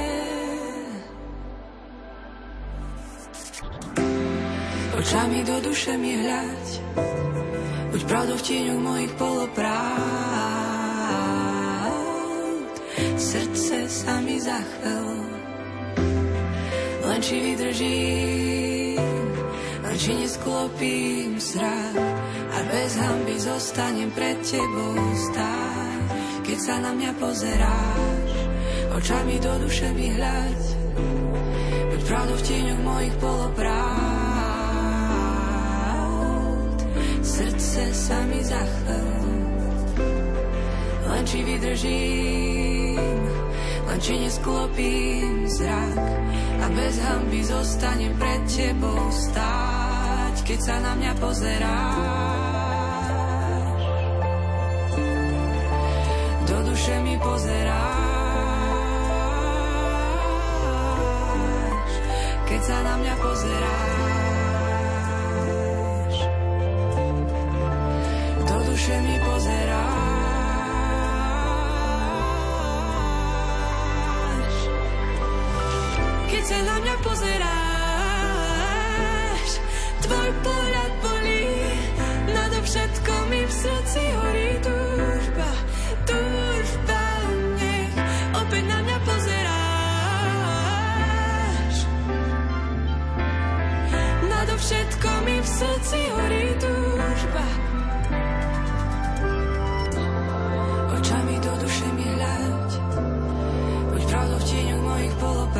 Očami do duše mi hľaď, buď pravdou v tieňu mojich polopravd. Srdce sa mi zachvel, len či vydržím, len či nesklopím zrak a bez hanby zostanem pred tebou stáť. Keď sa na mňa pozeráš, očami do duše mi hľaď, buď pravdou v tieňoch mojich polopravd. Srdce sa mi zachvel, len či vydržím, len či nesklopím zrak a bez hanby zostanem pred tebou stáť. Keď sa na mňa pozeráš, do duše mi pozeráš. Keď sa na mňa pozeráš, do duše mi pozeráš. Keď sa na mňa pozeráš, tvoj pohľad bolí, nadovšetko mi v srdci horí túžba, túžba, nech opäť na mňa pozeráš. Nadovšetko mi v srdci horí túžba, očami do duše mi hľaď, buď pravdou v tieňoch mojich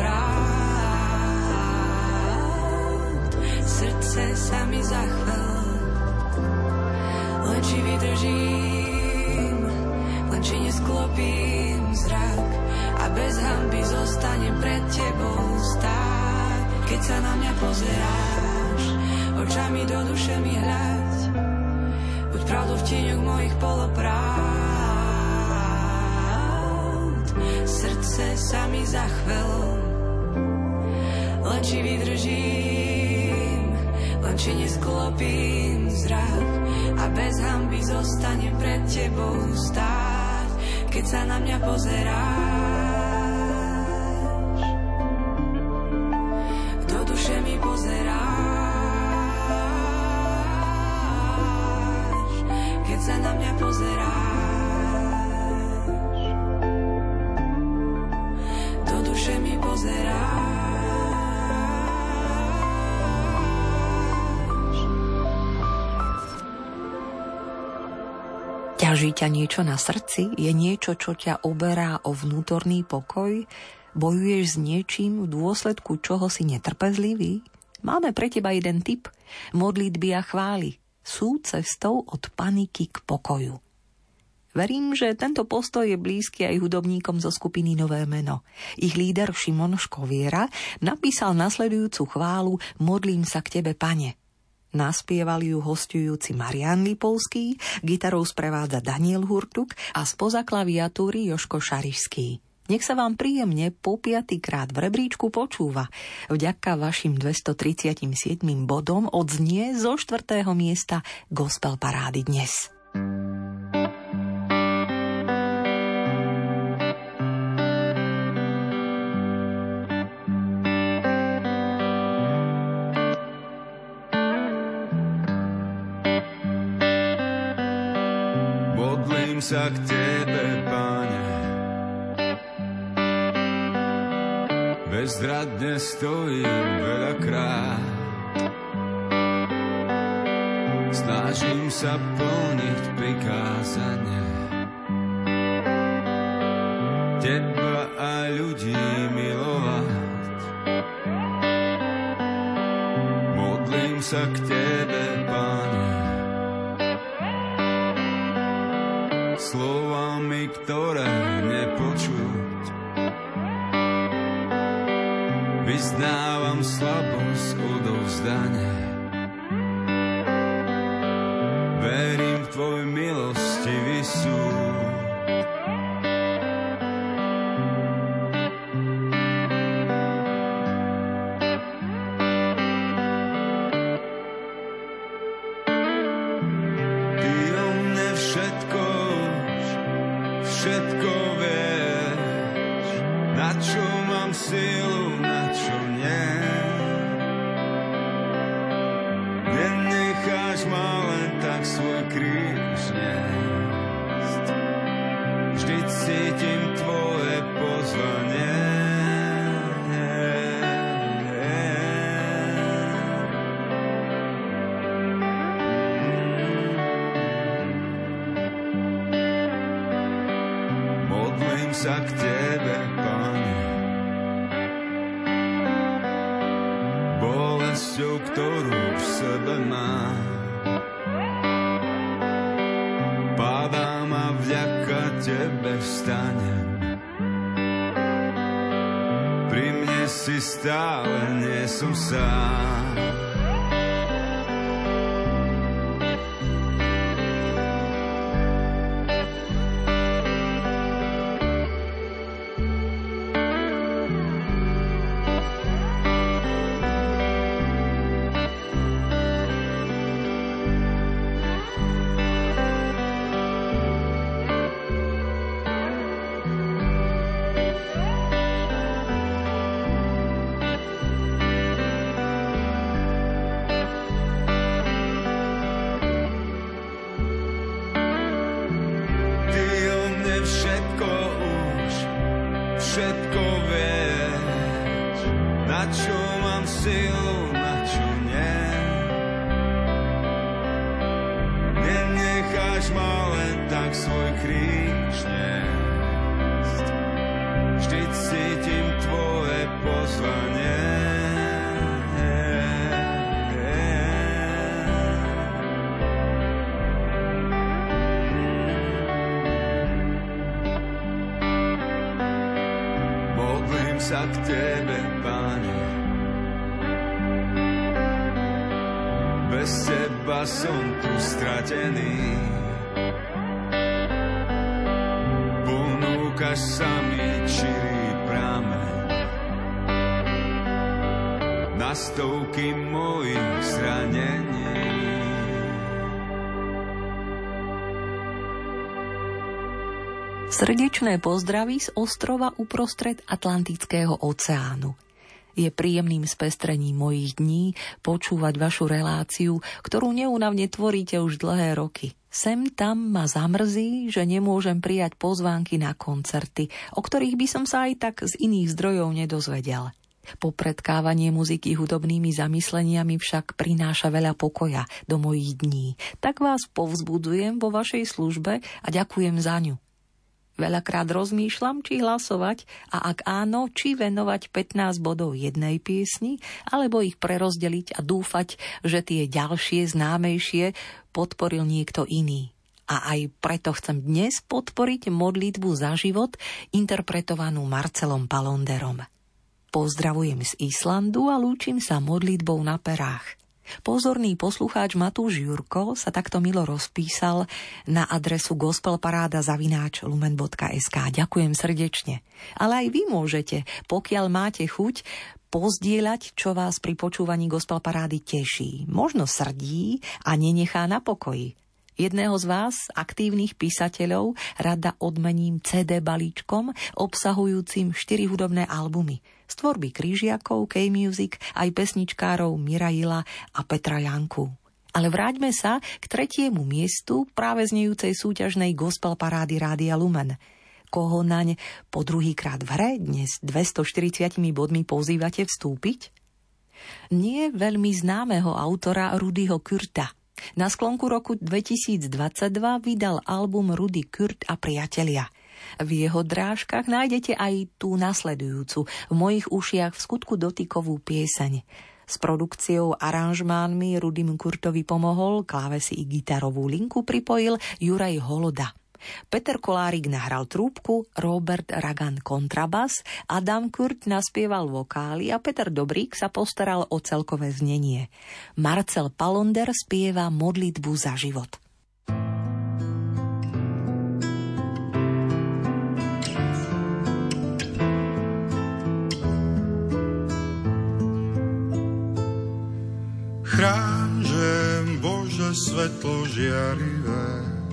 polopravd. Srdce sa mi zachvel, len či vydržím, len či nesklopím zrak a bez hanby zostanem pred tebou stáť. Keď sa na mňa pozeráš, očami do duše mi hľaď, buď pravdou v tieňoch mojich polopravd. Srdce sa mi zachvel, len či vydržím, len či nesklopím zrak a bez hanby zostanem pred tebou stáť. Keď sa na mňa pozeráš, do duše mi pozeráš. Keď sa na mňa pozeráš, do duše mi pozeráš. Ťaží ťa niečo na srdci? Je niečo, čo ťa oberá o vnútorný pokoj? Bojuješ s niečím, v dôsledku čoho si netrpezlivý? Máme pre teba jeden tip. Modlitby a chvály sú cestou od paniky k pokoju. Verím, že tento postoj je blízky aj hudobníkom zo skupiny Nové meno. Ich líder Šimon Škoviera napísal nasledujúcu chválu Modlím sa k tebe, Pane. Naspievali ju hosťujúci Marián Lipovský, gitarou sprevádza Daniel Hurtuk a spoza klaviatúry Joško Šarišský. Nech sa vám príjemne po piatykrát v rebríčku počúva. Vďaka vašim dvestotridsaťsedem bodom odznie zo štvrtého miesta Gospel parády dnes. Modlím sa k tebe, Pane, bezradne stojím veľakrát. Snažím sa plniť prikázanie, teba a ľudí milovať. Modlím sa k tebe, Pane, slovami, ktoré nepočuť. Vyznávam slabosť odovzdania, verím v tvoj milostivý súd. Silu, na čo nie. Nenecháš ma len tak svoj kríž niesť. Vždy cítim tvoje pozvanie. Modlím sa k tebe, Pane, bolesťou, ktorú v sebe mám. Padám a vďaka tebe vstanem. Pri mne si stále, nie som sám. Sa k tebe, Pane, bez teba som tu stratený. Ponúkaš sa mi čirý prameň na stovky mojich zranení. Srdečné pozdravy z ostrova uprostred Atlantického oceánu. Je príjemným spestrením mojich dní počúvať vašu reláciu, ktorú neúnavne tvoríte už dlhé roky. Sem tam ma zamrzí, že nemôžem prijať pozvánky na koncerty, o ktorých by som sa aj tak z iných zdrojov nedozvedel. Popredkávanie muziky hudobnými zamysleniami však prináša veľa pokoja do mojich dní. Tak vás povzbudzujem vo vašej službe a ďakujem za ňu. Veľakrát rozmýšľam, či hlasovať a ak áno, či venovať pätnásť bodov jednej piesni, alebo ich prerozdeliť a dúfať, že tie ďalšie známejšie podporil niekto iný. A aj preto chcem dnes podporiť modlitbu za život, interpretovanú Marcelom Palonderom. Pozdravujem z Islandu a lúčim sa modlitbou na perách. Pozorný poslucháč Matúš Jurko sa takto milo rozpísal na adresu gospelparáda zavináč lumen bodka es ká. Ďakujem srdečne. Ale aj vy môžete, pokiaľ máte chuť, pozdieľať, čo vás pri počúvaní gospelparády teší. Možno srdí a nenechá na pokoji. Jedného z vás, aktívnych písateľov, rada odmením cé dé balíčkom obsahujúcim štyri hudobné albumy z tvorby Kryžiakov, K-Music, aj pesničkárov Miraila a Petra Janku. Ale vráťme sa k tretiemu miestu práve znejúcej súťažnej gospel parády Rádia Lumen. Koho naň po druhýkrát v hre dnes dvestoštyridsiatimi bodmi pozývate vstúpiť? Nie veľmi známeho autora Rudyho Kurta. Na sklonku roku dvetisícdvadsaťdva vydal album Rudy Kurt a priatelia. V jeho drážkach nájdete aj tú nasledujúcu, v mojich ušiach v skutku dotykovú pieseň. S produkciou aranžmánmi Rudym Kurtovi pomohol, klávesy i gitarovú linku pripojil Juraj Holoda. Peter Kolárik nahral trúbku, Robert Ragan kontrabas, Adam Kurt naspieval vokály a Peter Dobrík sa postaral o celkové znenie. Marcel Palonder spieva modlitbu za život. Chráň, že Bože svetlo žiarivé,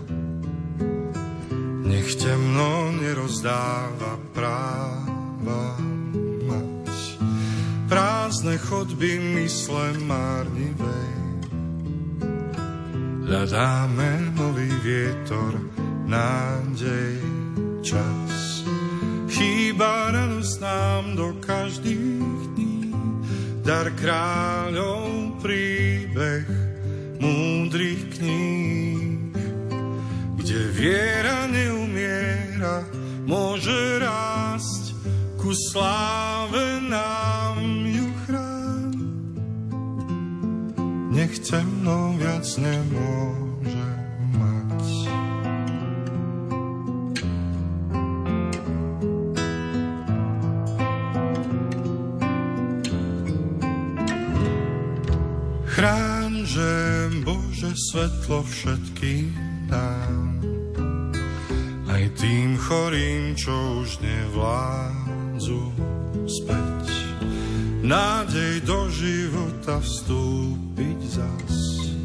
nech temno nerozdáva práva mať. Prázdne chodby mysle márnivej, hľadáme nový vietor, nádej, čas. Chýba radosť nám do každých dní, dar kráľov, príbeh múdrych kníh, kde viera neumiera, môže rásť, ku sláve nám ju chráň. Nech temno viac nemôže mať. Chráň, že Bože svetlo všetkým dám, aj tým chorým, čo už nevládzu späť. Nádej do života vstúpiť zas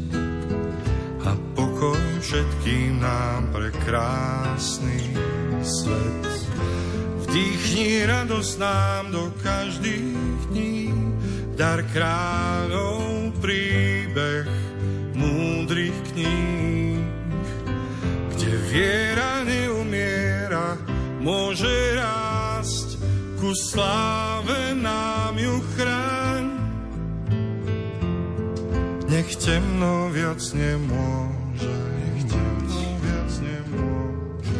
a pokoj všetkým nám pre krásny svet. Vdýchni radosť nám do každých dní, dar kráľov, príbeh múdrych kníh, kde viera neumiera, môže rásť, ku sláve nám ju chráň. Nech temno viac nemôže, nech temno viac nemôže.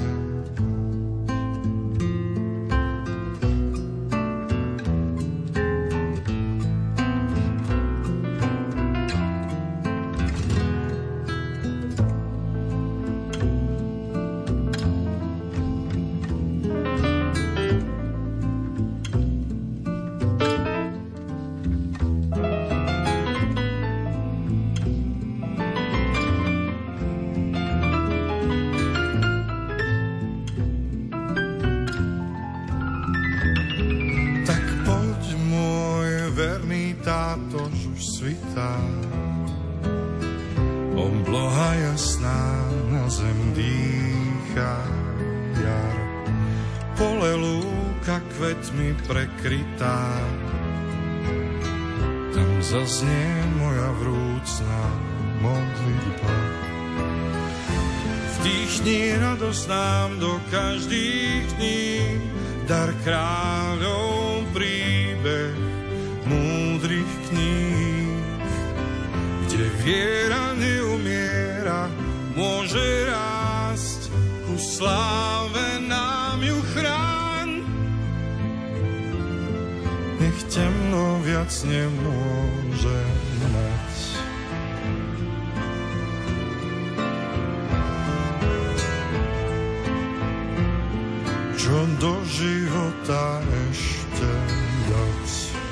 Obloha jasná, na zem dýcha jar, pole lúka kvetmi prekrytá, tam zaznie moja vrúcna modlitba. Vdýchni radosť nám do každých dní, dar kráľov, príbeh múdrych kníh, kde viera neumiera, môže rásť, ku sláve nám ju chráň. Nech temno viac nemôže mať. Čo do života ešte dať?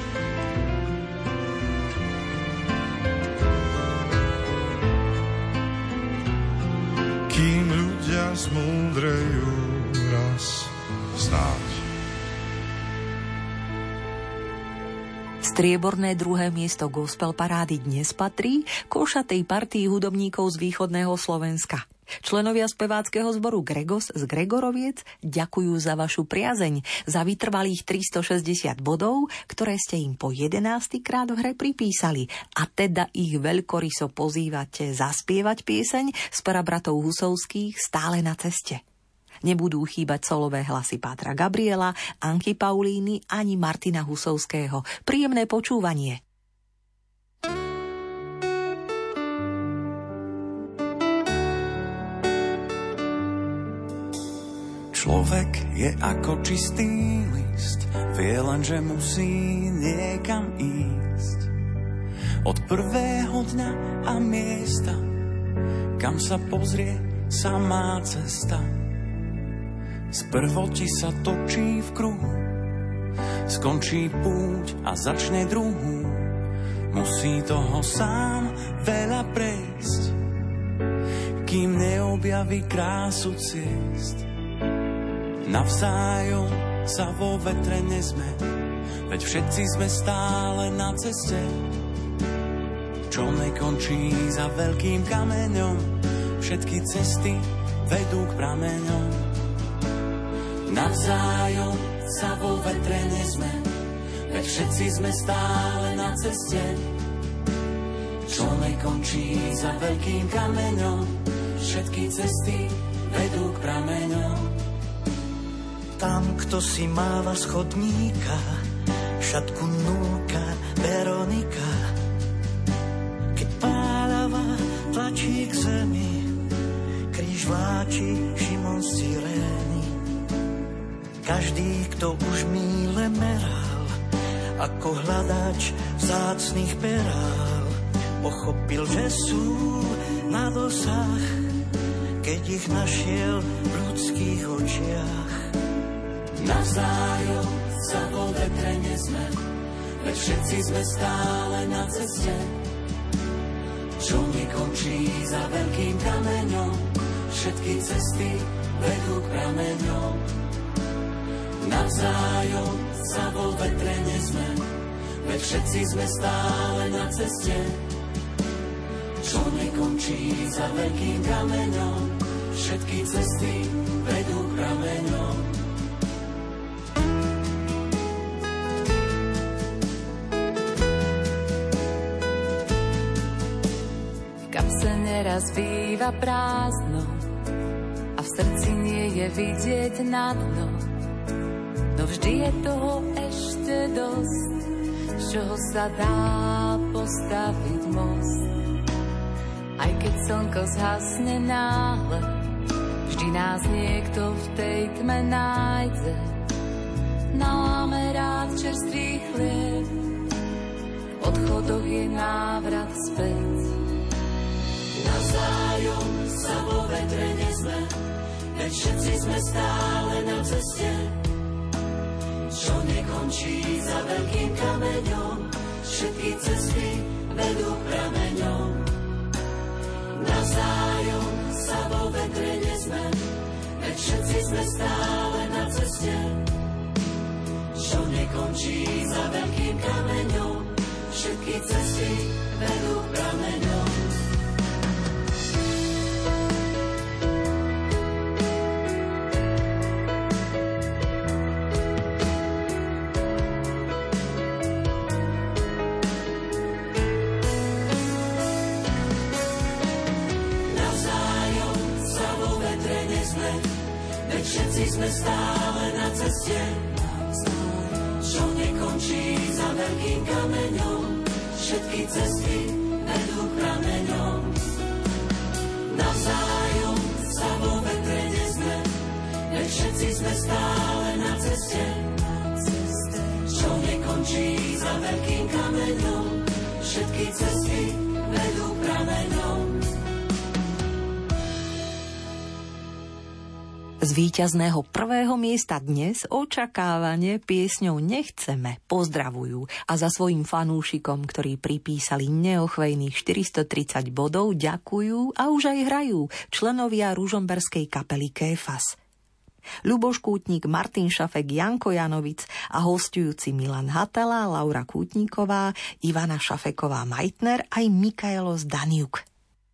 Kým ľudia zmúdrejú raz snáď. Strieborné druhé miesto gospel parády dnes patrí košatej partii hudobníkov z východného Slovenska. Členovia speváckeho zboru Gregos z Gregoroviec ďakujú za vašu priazeň, za vytrvalých tristošesťdesiat bodov, ktoré ste im po jedenásty krát v hre pripísali, a teda ich veľkoryso pozývate zaspievať pieseň z pera bratov Husovských Stále na ceste. Nebudú chýbať solové hlasy Pátra Gabriela, Anky Paulíny ani Martina Husovského. Príjemné počúvanie. Človek je ako čistý list, vie len, že musí niekam ísť. Od prvého dňa a miesta, kam sa pozrie, samá cesta. Sprvo ti sa točí v kruhu, skončí púť a začne druhú. Musí toho sám veľa prejsť, kým neobjaví krásu ciest. Navzájom sa vo vetre nezme, veď všetci sme stále na ceste. čo nekončí za veľkým kameňom. Všetky cesty vedú k prameňom. Navzájom sa vo vetre nezme, veď všetci sme stále na ceste, čo nekončí za veľkým kameňom. Všetky cesty vedú k prameňom. Tam, kto si máva z chodníka, šatku núka Veronika. Keď pálava tlačí k zemi, kríž vláči Šimon z Cyrény. Každý, kto už míle meral, ako hľadač vzácnych perál, pochopil, že sú na dosah, keď ich našiel v ľudských očiach. Navzájom sa vo vetre nezme, veď všetci sme stále na ceste, čo nekončí za veľkým kameňom. Všetky cesty vedú k prameňom. Navzájom sa vo vetre nezme, veď všetci sme stále na ceste, čo nekončí za veľkým kameňom. Všetky cesty vedú k prameňom. Kam sa neraz býva prázdno a v srdci nie je vidieť na dno, no vždy je toho ešte dosť, z čoho sa dá postaviť most. Aj keď slnko zhasne náhle, vždy nás niekto v tej tme nájde. Máme rád čerstvý chlieb, v odchodoch je návrat späť. Navzájom sa vo vetre nezme, veď všetci sme stále na ceste, čo nekončí za veľkým kameňom. Všetky cesty vedú k prameňom. Navzájom sa vo vetre nezme, veď všetci sme stále na ceste, čo nekončí za veľkým kameňom. Všetky cesty vedú k prameňom. Všetci sme stále na ceste, čo nekončí za veľkým kameňom. Všetky cesty vedú k prameňom. Navzájom sa vo vetre nezme, veď všetci sme stále na ceste, čo nekončí za veľkým kameňom. Všetky cesty vedú k prameňom. Z víťazného prvého miesta dnes očakávane piesňou Nechceme pozdravujú a za svojím fanúšikom, ktorí pripísali neochvejných štyristotridsať bodov, ďakujú a už aj hrajú členovia ružomberskej kapely Kéfas. Ľuboš Kútnik, Martin Šafek, Janko Janovic a hostujúci Milan Hatala, Laura Kútniková, Ivana Šafeková-Majtner aj Mikaelos Daniuk.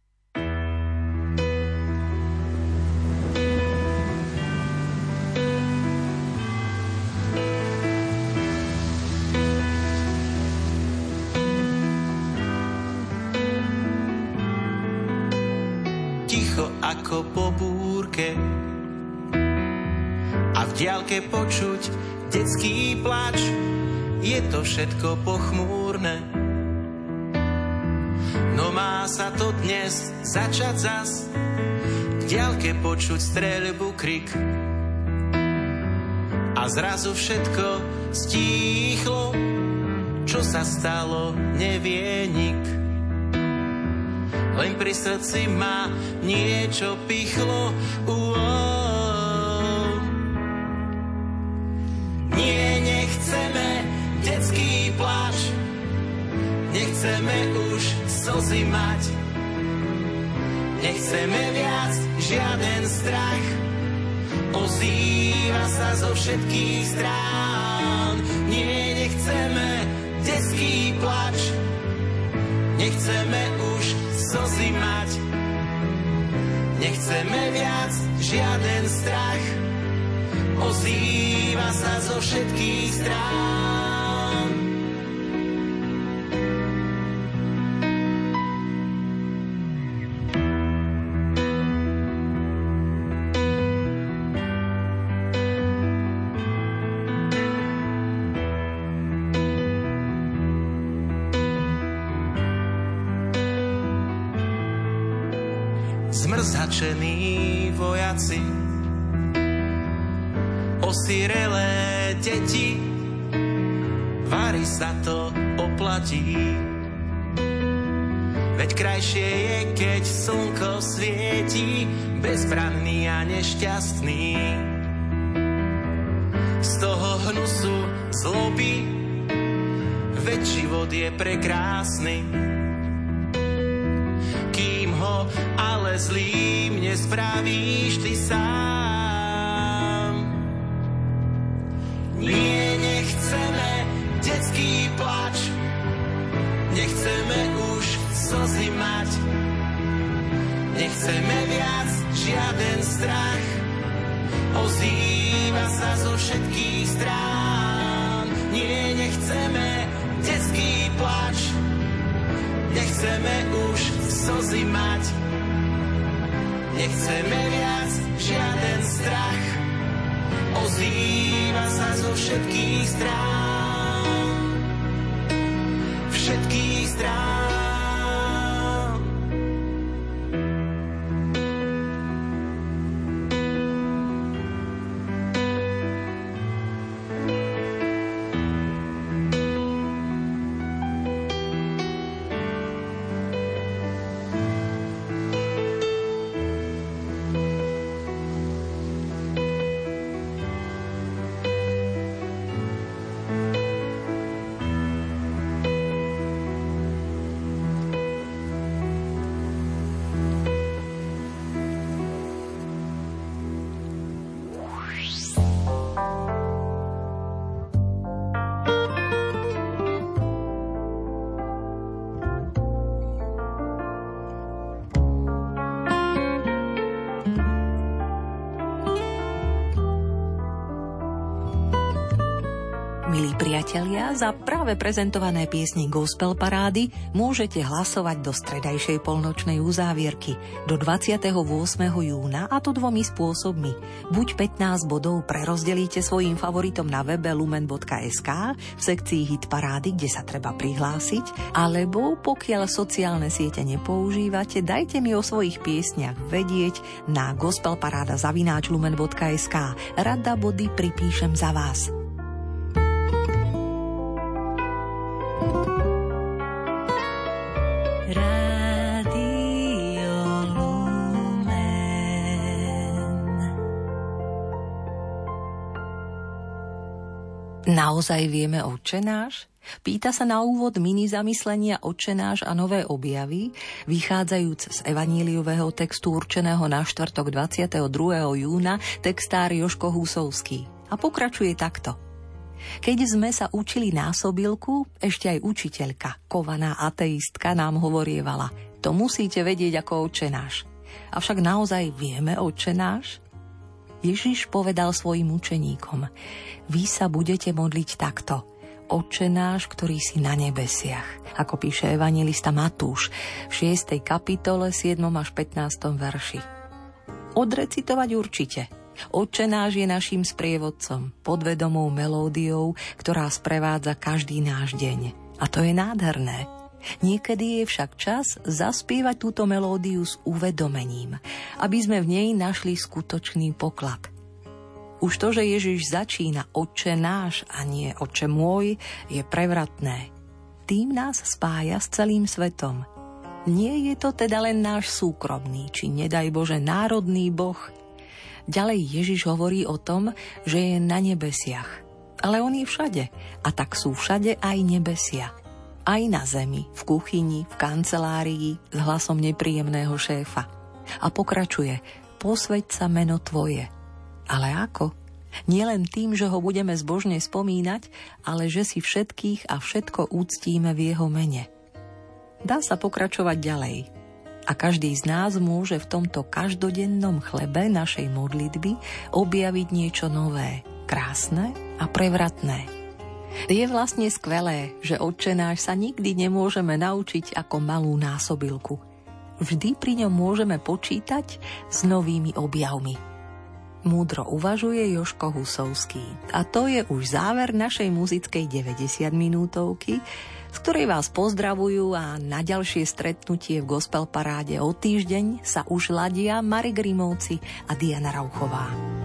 Ako po búrke a v diaľke počuť detský plač, je to všetko pochmúrne. No má sa to dnes začať zas, v diaľke počuť streľbu, krik a zrazu všetko stíchlo. Čo sa stalo, nevie nik. Len pri srdci ma niečo pichlo. Uó. Nie, nechceme detský pláč, nechceme už slzy mať, nechceme viac žiaden strach, ozýva sa zo všetkých strán. Nie, nechceme detský pláč, nechceme už slzy mať, nechceme viac žiaden strach, ozýva sa zo všetkých strán. Zmrzačení vojaci, osirelé deti, vari sa to oplatí. Veď krajšie je, keď slnko svieti, bezbranný a nešťastný. Z toho hnusu zloby, veď život je prekrásny. Kým ho ale zlým nespravíš ty sám. Nie, nechceme detský plač, nechceme už slzy mať, nechceme viac žiaden strach, ozýva sa zo všetkých strán. Nie, nechceme detský plač, nechceme už slzy mať, nechceme viac žiaden strach, ozýva sa zo všetkých strán, všetkých strán. Milí priatelia, za práve prezentované piesne Gospel Parády môžete hlasovať do stredajšej polnočnej uzávierky do dvadsiateho ôsmeho júna, a to dvomi spôsobmi. Buď pätnásť bodov prerozdelíte svojim favoritom na webe lumen bodka es ká v sekcii Hit Parády, kde sa treba prihlásiť, alebo pokiaľ sociálne siete nepoužívate, dajte mi o svojich piesniach vedieť na gospelparáda zavináč lumen bodka es ká. Rada body pripíšem za vás. Naozaj vieme Otčenáš? Pýta sa na úvod mini zamyslenia Otčenáš a nové objavy, vychádzajúc z evaníliového textu určeného na štvrtok dvadsiateho druhého júna textár Jožko Husovský. A pokračuje takto. Keď sme sa učili násobilku, ešte aj učiteľka, kovaná ateistka, nám hovorievala: to musíte vedieť ako Otčenáš. Avšak naozaj vieme Otčenáš? Ježiš povedal svojim učeníkom: vy sa budete modliť takto: Otče náš, ktorý si na nebesiach. Ako píše evanjelista Matúš v šiestej kapitole siedmom až pätnástom verši. Odrecitovať určite. Otče náš je naším sprievodcom, podvedomou melódiou, ktorá sprevádza každý náš deň. A to je nádherné. Niekedy je však čas zaspievať túto melódiu s uvedomením, aby sme v nej našli skutočný poklad. Už to, že Ježiš začína Otče náš a nie Otče môj, je prevratné. Tým nás spája s celým svetom. Nie je to teda len náš súkromný, či nedaj Bože národný Boh. Ďalej Ježiš hovorí o tom, že je na nebesiach. Ale on je všade. A tak sú všade aj nebesia. Aj na zemi, v kuchyni, v kancelárii, s hlasom nepríjemného šéfa. A pokračuje: posväť sa meno tvoje. Ale ako? Nielen tým, že ho budeme zbožne spomínať, ale že si všetkých a všetko úctíme v jeho mene. dá sa pokračovať ďalej. A každý z nás môže v tomto každodennom chlebe našej modlitby objaviť niečo nové, krásne a prevratné. Je vlastne skvelé, že Otčenáš sa nikdy nemôžeme naučiť ako malú násobilku. Vždy pri ňom môžeme počítať s novými objavmi. Múdro uvažuje Jožko Husovský. A to je už záver našej muzickej deväťdesiatminútovky, z ktorej vás pozdravujú a na ďalšie stretnutie v Gospel Paráde o týždeň sa už ladia Marek Rimovci a Diana Rauchová.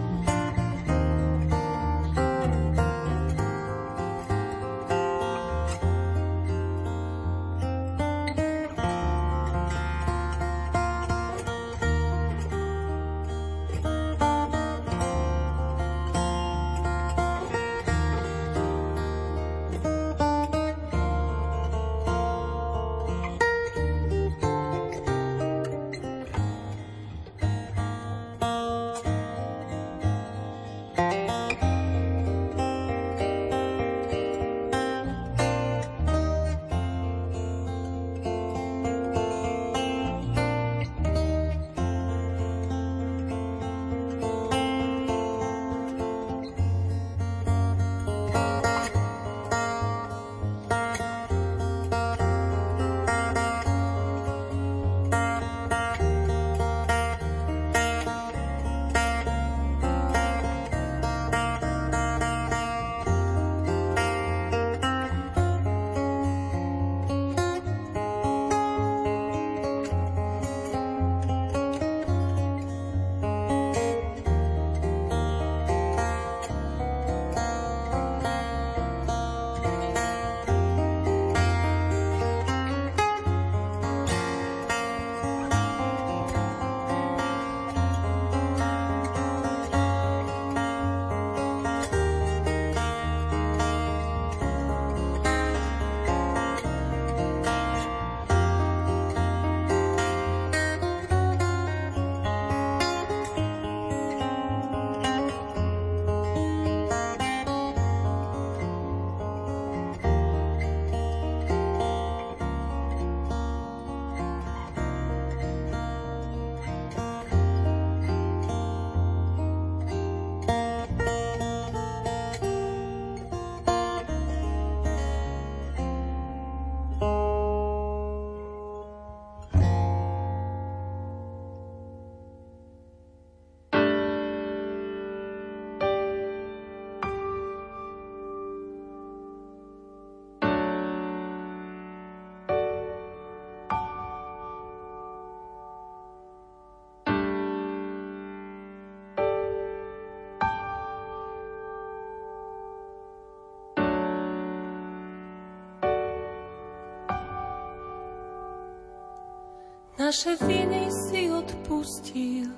Naše viny si odpustil.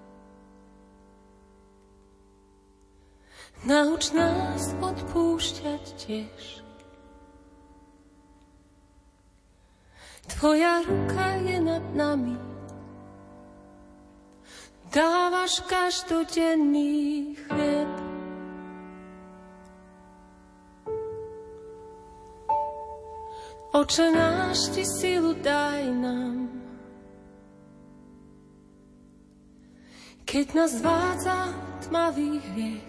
Nauč nás odpúšťať tiež. Tvoja ruka je nad nami. Dávaš každodenný chlieb. Oče náš, Ty silu daj nám. Keď nás zvádza tmavý hriech,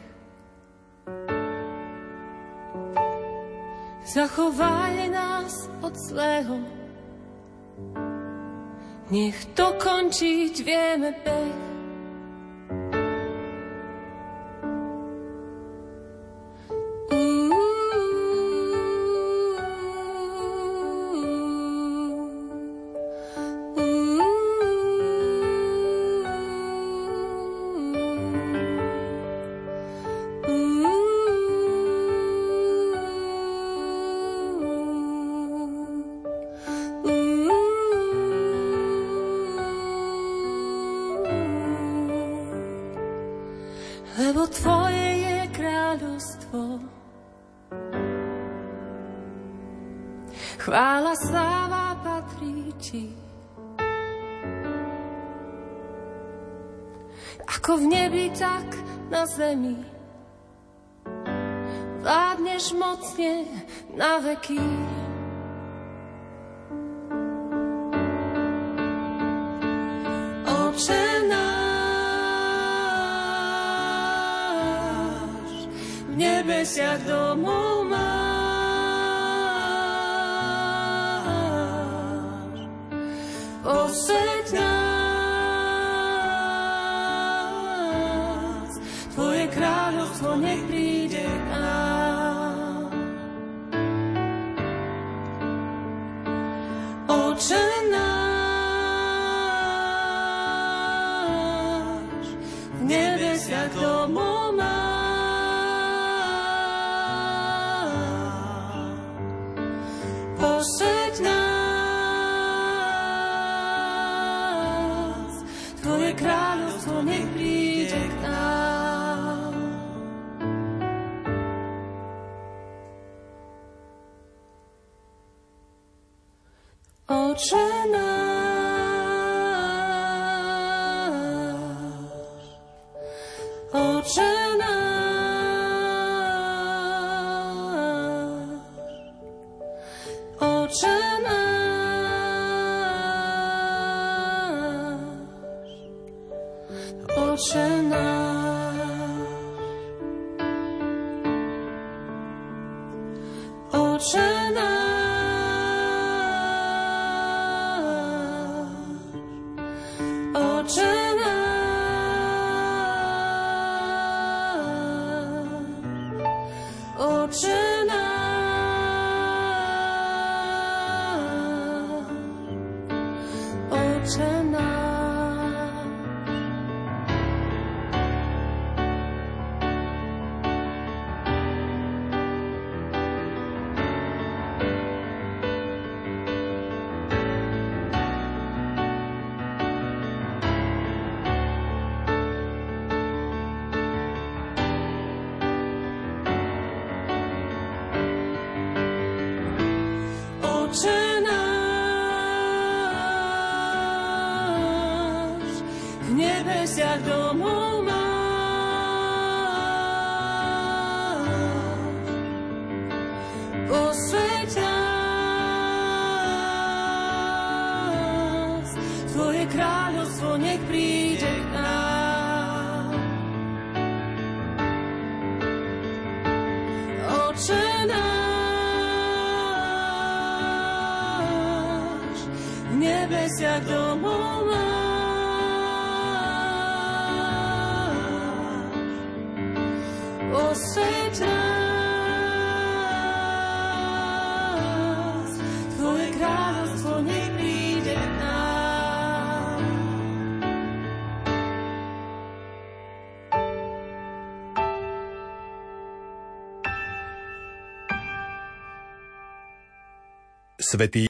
zachovaj nás od zlého. Nech dokončiť vieme beh. Lebo Tvoje je kráľovstvo. Chvála, sláva patrí Ti. Ako v nebi, tak na zemi. Vládneš mocne na veky. nebesiach domov máš. Posveť nás, Tvoje kráľovstvo nech príde k nám. Oče náš, v nebesiach domov máš. Posveť nás, Tvoje kráľovstvo nech príde k nám. Oče náš, Oče náš, Oče náš, Oče náš, Oče nebesiach domov máš. Posveť nás, Tvoje kráľovstvo nech príde k nám. Oče náš, v nebesiach domov máš. Posveť nás, Tvoje kráľovstvo nech príde k nám. Svätý